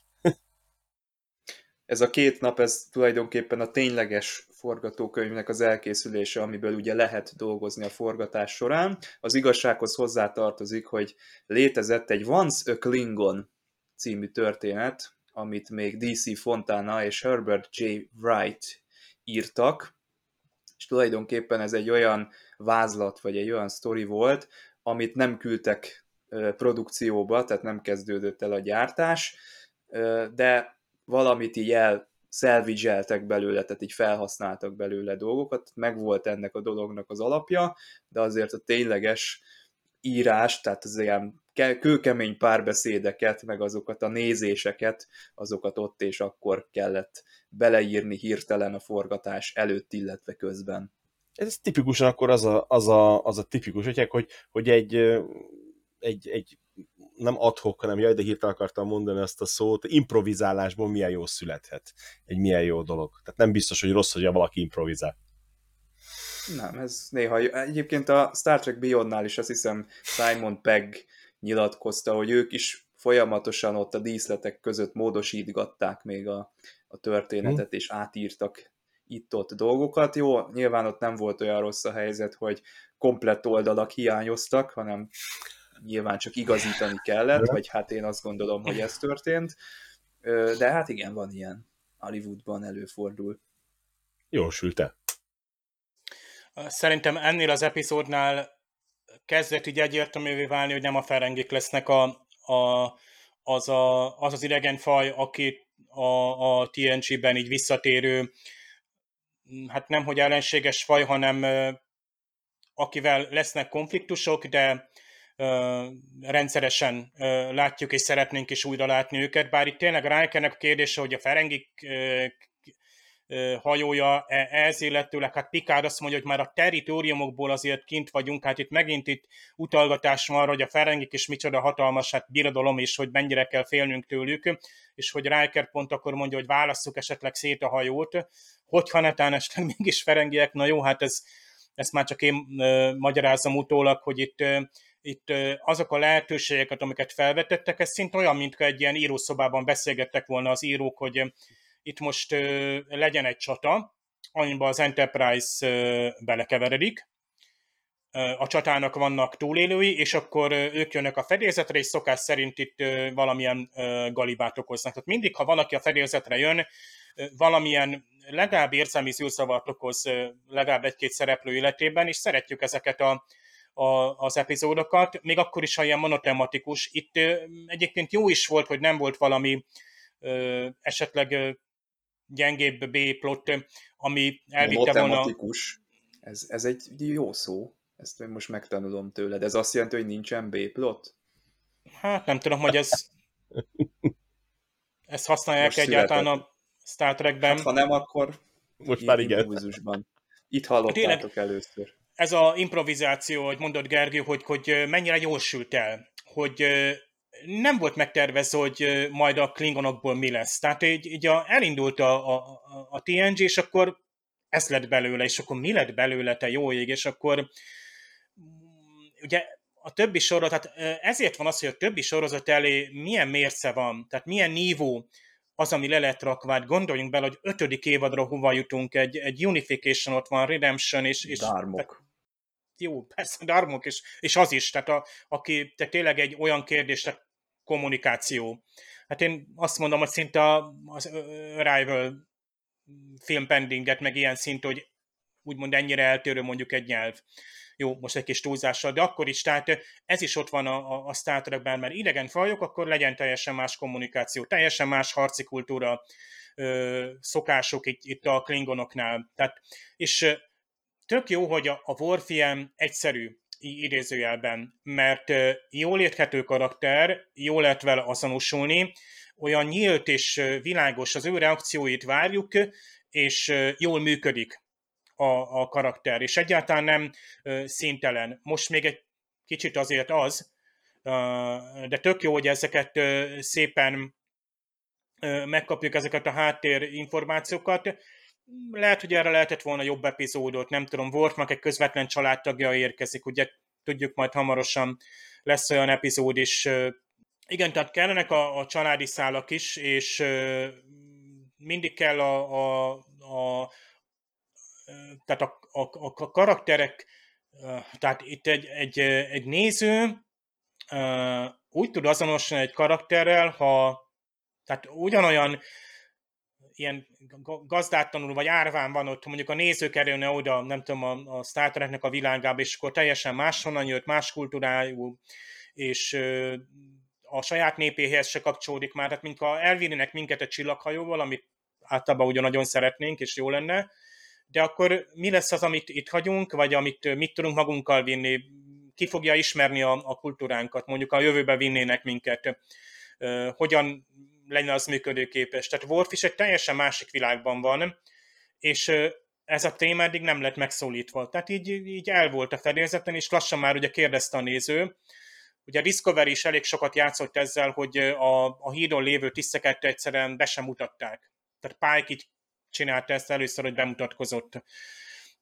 Ez a két nap, ez tulajdonképpen a tényleges forgatókönyvnek az elkészülése, amiből ugye lehet dolgozni a forgatás során. Az igazsághoz hozzátartozik, hogy létezett egy Once a Klingon című történet, amit még dé cé Fontana és Herbert J. Wright írtak, és tulajdonképpen ez egy olyan vázlat, vagy egy olyan sztori volt, amit nem küldtek produkcióba, tehát nem kezdődött el a gyártás, de valamit így elszellvidzseltek belőle, tehát így felhasználtak belőle dolgokat, megvolt ennek a dolognak az alapja, de azért a tényleges írás, tehát az ilyen kőkemény párbeszédeket, meg azokat a nézéseket, azokat ott és akkor kellett beleírni hirtelen a forgatás előtt, illetve közben. Ez tipikusan akkor az a, az a, az a tipikus, hogy, hogy egy, egy, egy nem adhok, hanem jaj, de hirtelen akartam mondani azt a szót, improvizálásból milyen jó születhet. Egy milyen jó dolog. Tehát nem biztos, hogy rossz, hogy valaki improvizál. Nem, ez néha... Egyébként a Star Trek Beyondnál is azt hiszem Simon Pegg nyilatkozta, hogy ők is folyamatosan ott a díszletek között módosítgatták még a, a történetet, és átírtak itt-ott dolgokat. Jó, nyilván ott nem volt olyan rossz a helyzet, hogy komplett oldalak hiányoztak, hanem nyilván csak igazítani kellett, vagy hát én azt gondolom, hogy ez történt. De hát igen, van ilyen. Hollywoodban előfordul. Jól sült el. Szerintem ennél az epizódnál kezdett így egyértelművé válni, hogy nem a Ferengik lesznek a, a, az, a, az az idegenfaj, aki a, a té en gé-ben így visszatérő, hát nem hogy ellenséges faj, hanem akivel lesznek konfliktusok, de uh, rendszeresen uh, látjuk és szeretnénk is újra látni őket, bár itt tényleg Rikernek a kérdése, hogy a Ferengik uh, hajója ez illetőleg, hát Picard azt mondja, hogy már a territóriumokból azért kint vagyunk, hát itt megint itt utalgatás van arra, hogy a Ferengik is micsoda hatalmas hát birodalom, és hogy mennyire kell félnünk tőlük, és hogy Riker pont akkor mondja, hogy válasszuk esetleg szét a hajót, hogyha netán esetleg mégis ferengiek, na jó, hát ez, ezt már csak én uh, magyarázom utólag, hogy itt, uh, itt uh, azok a lehetőségeket, amiket felvetettek, ez szinte olyan, mintha egy ilyen írószobában beszélgettek volna az írók, hogy uh, itt most uh, legyen egy csata, amiben az Enterprise uh, belekeveredik, uh, a csatának vannak túlélői, és akkor uh, ők jönnek a fedélzetre, és szokás szerint itt uh, valamilyen uh, galibát okoznak. Tehát mindig, ha valaki a fedélzetre jön, uh, valamilyen legalább érzelmi zűrzavart okoz uh, legalább egy-két szereplő életében, és szeretjük ezeket a, a, az epizódokat, még akkor is, ha ilyen monotematikus. Itt uh, egyébként jó is volt, hogy nem volt valami uh, esetleg uh, gyengébb B-plot, ami elvitte volna... Monotematikus. Ez, ez egy jó szó. Ezt én most megtanulom tőled. Ez azt jelenti, hogy nincsen B-plot? Hát nem tudom, hogy ez... ezt használják Most egyáltalán született. a Star Trekben. Hát, ha nem, akkor Most már igen. improvizusban. Itt hallottátok először. Ez a improvizáció, hogy mondott Gergő, hogy, hogy mennyire jól sült el, hogy nem volt megtervezve, hogy majd a klingonokból mi lesz. Tehát így, így a, elindult a, a, a té en gé, és akkor ez lett belőle, és akkor mi lett belőle, te jó ég, és akkor ugye a többi sorozat, tehát ezért van az, hogy a többi sorozat elé milyen mérce van, tehát milyen nívó az, ami le lett rakva. Hát gondoljunk bele, hogy ötödik évadra hova jutunk, egy, egy Unification ott van, Redemption, és... és Dármok. Jó, persze, Dármok, és, és az is, tehát a, aki tehát tényleg egy olyan kérdés, tehát kommunikáció. Hát én azt mondom, hogy szinte az Arrival film pendinget, meg ilyen szint, hogy úgymond ennyire eltérő mondjuk egy nyelv. Jó, most egy kis túlzással, de akkor is, tehát ez is ott van a, a, a Star Trekben, mert idegen fajok, akkor legyen teljesen más kommunikáció, teljesen más harci kultúra, ö, szokások itt, itt a klingonoknál. Tehát, és tök jó, hogy a, a Worf ilyen egyszerű idézőjelben, mert jól érthető karakter, jól lehet vele azonosulni, olyan nyílt és világos, az ő reakcióit várjuk, és jól működik a, a karakter, és egyáltalán nem színtelen. Most még egy kicsit azért az, de tök jó, hogy ezeket szépen megkapjuk, ezeket a háttérinformációkat. Lehet, hogy erre lehetett volna jobb epizódot, nem tudom, Worfnak egy közvetlen családtagja érkezik, ugye tudjuk, majd hamarosan lesz olyan epizód is. Igen, tehát kellenek a, a családi szálak is, és mindig kell a, a, a tehát a, a, a karakterek, tehát itt egy, egy, egy néző úgy tud azonosulni egy karakterrel, ha tehát ugyanolyan ilyen gazdátlanul vagy árván van ott, mondjuk a néző kerülne oda, nem tudom, a, a Star Treknek a világába, és akkor teljesen máshonnan jött, más kultúrájú, és ö, a saját népéhez se kapcsolódik már, tehát mintha elvinnének minket egy csillaghajóval, amit általában ugyan nagyon szeretnénk, és jó lenne, de akkor mi lesz az, amit itt hagyunk, vagy amit mit tudunk magunkkal vinni, ki fogja ismerni a, a kultúránkat, mondjuk a jövőbe vinnének minket, ö, hogyan lenne az működőképes. Tehát Worf is egy teljesen másik világban van, és ez a téma eddig nem lett megszólítva. Tehát így, így el volt a fedélzeten, és lassan már ugye kérdezte a néző. Ugye a Discovery is elég sokat játszott ezzel, hogy a, a hídon lévő tiszteket egyszerűen be sem mutatták. Tehát Pike így csinálta ezt először, hogy bemutatkozott.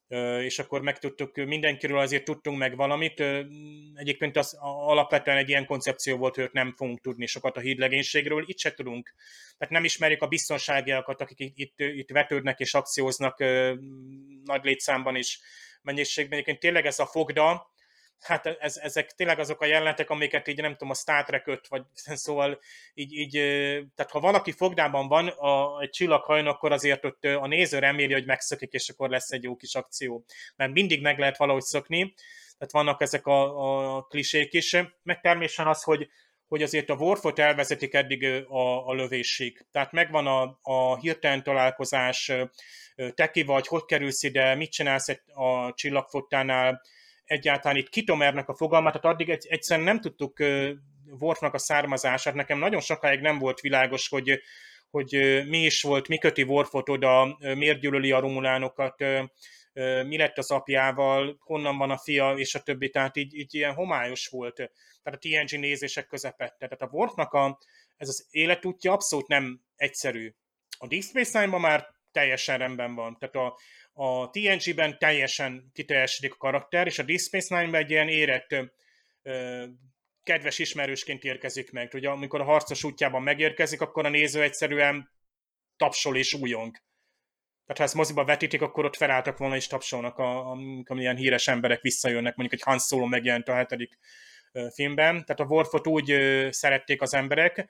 és akkor megtudtuk, mindenkiről azért tudtunk meg valamit. Egyébként az alapvetően egy ilyen koncepció volt, hogy nem fogunk tudni sokat a hídlegénységről, itt se tudunk. Tehát nem ismerjük a biztonságiakat, akik itt, itt vetődnek és akcióznak nagy létszámban és mennyiségben. Egyébként tényleg ez a fogda, hát ez, ezek tényleg azok a jelenetek, amiket így nem tudom, a Star Trek-öt, vagy szóval így, így, tehát ha valaki fogdában van a, egy csillaghajón, akkor azért ott a néző reméli, hogy megszökik, és akkor lesz egy jó kis akció. Mert mindig meg lehet valahogy szökni, tehát vannak ezek a, a klisék is, meg természetesen az, hogy, hogy azért a Worfot elvezetik eddig a, a lövésig. Tehát megvan a, a hirtelen találkozás, te ki vagy, hogy kerülsz ide, mit csinálsz a csillagfottánál, egyáltalán itt Kitomernek a fogalmát, tehát addig egy, egyszerűen nem tudtuk uh, Worfnak a származását, nekem nagyon sokáig nem volt világos, hogy, hogy uh, mi is volt, mi köti Worfot oda, uh, miért gyűlöli a romulánokat, uh, uh, mi lett az apjával, honnan van a fia, és a többi, tehát így, így ilyen homályos volt, tehát a té en gé nézések közepette. Tehát a Worfnak a, ez az életútja abszolút nem egyszerű. A Deep Space Nine-ban már teljesen rendben van, tehát a A té en gé-ben teljesen kiteljesedik a karakter, és a Deep Space Nine-ben egy ilyen érett, ö, kedves ismerősként érkezik meg. Ugye, amikor a harcos útjában megérkezik, akkor a néző egyszerűen tapsol és újong. Tehát ha ezt moziba vetítik, akkor ott felálltak volna és tapsolnak, a, a, amilyen híres emberek visszajönnek, mondjuk egy Han Solo megjelent a hetedik filmben. Tehát a Worfot úgy ö, szerették az emberek.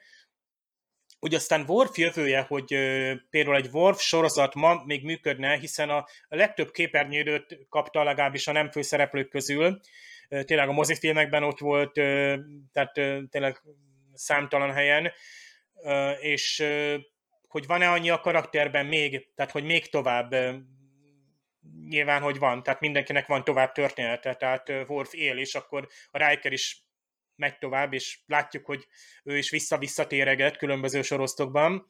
Úgy aztán Worf jövője, hogy ö, például egy Worf sorozat ma még működne, hiszen a, a legtöbb képernyőidőt kapta legalábbis a nem főszereplők közül. Ö, tényleg a mozifilmekben ott volt, ö, tehát ö, tényleg számtalan helyen, ö, és ö, hogy van-e annyi a karakterben még, tehát hogy még tovább, ö, nyilván, hogy van, tehát mindenkinek van tovább története, tehát ö, Worf él, és akkor a Riker is megy tovább, és látjuk, hogy ő is vissza-visszatéreget különböző sorozatokban.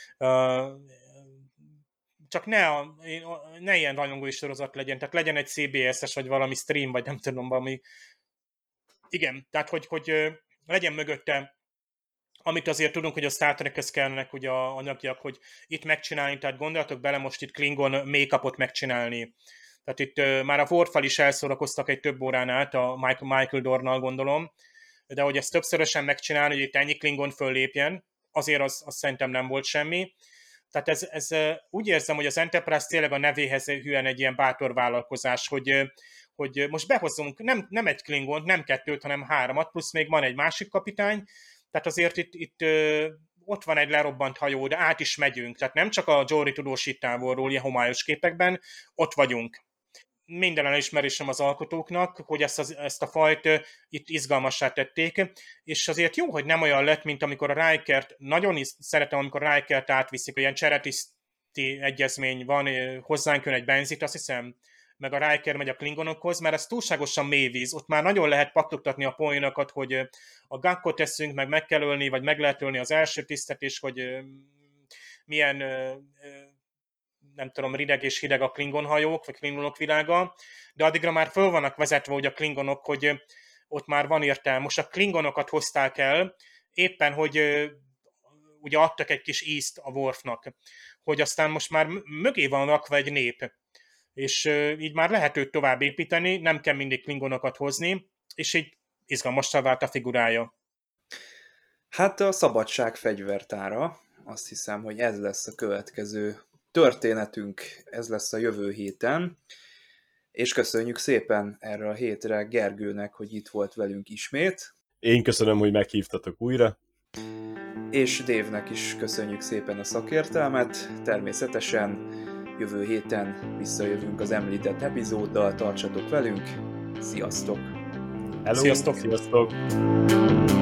Csak ne, a, ne ilyen rajongói sorozat legyen, tehát legyen egy cé bé es-es, vagy valami stream, vagy nem tudom, valami. Igen, tehát hogy, hogy legyen mögötte, amit azért tudunk, hogy a Star Trek-hez kellnek ugye a anyagiak, hogy itt megcsinálni, tehát gondoljatok bele most itt Klingon make-upot megcsinálni. Tehát itt már a Worf-val is elszórakoztak egy több órán át, a Michael, Michael Dornnal gondolom, de hogy ezt többszörösen megcsinálni, hogy itt ennyi Klingon föllépjen, azért az, az szerintem nem volt semmi. Tehát ez, ez úgy érzem, hogy az Enterprise tényleg a nevéhez hűen egy ilyen bátor vállalkozás, hogy, hogy most behozzunk nem, nem egy Klingont, nem kettőt, hanem háromat, plusz még van egy másik kapitány, tehát azért itt, itt ott van egy lerobbant hajó, de át is megyünk, tehát nem csak a Jory tudósít távolról, ilyen homályos képekben, ott vagyunk. Minden elismerésem az alkotóknak, hogy ezt, az, ezt a fajt itt izgalmassá tették, és azért jó, hogy nem olyan lett, mint amikor a Rikert, nagyon is szeretem, amikor a Rikert átviszik, olyan cseretiszti egyezmény van, hozzánk jön egy benzit, azt hiszem, meg a Riker megy a Klingonokhoz, mert ez túlságosan mélyvíz, ott már nagyon lehet pattogtatni a poénokat, hogy a gakkot teszünk, meg meg kell ölni, vagy meg lehet ölni az első tisztet, és hogy milyen nem tudom, rideg és hideg a Klingon hajók, vagy Klingonok világa, de addigra már föl vannak vezetve, hogy a Klingonok, hogy ott már van értelme. Most a Klingonokat hozták el, éppen, hogy ugye adtak egy kis ízt a Worfnak, hogy aztán most már mögé van rakva egy nép, és így már lehet őt tovább építeni, nem kell mindig Klingonokat hozni, és így izgalmassá vált a figurája. Hát a szabadság fegyvertára, azt hiszem, hogy ez lesz a következő történetünk, ez lesz a jövő héten, és köszönjük szépen erre a hétre Gergőnek, hogy itt volt velünk ismét. Én köszönöm, hogy meghívtatok újra. És Dévnek is köszönjük szépen a szakértelmet, természetesen jövő héten visszajövünk az említett epizóddal, tartsatok velünk, sziasztok! Hello, Sziasztok! Sziasztok!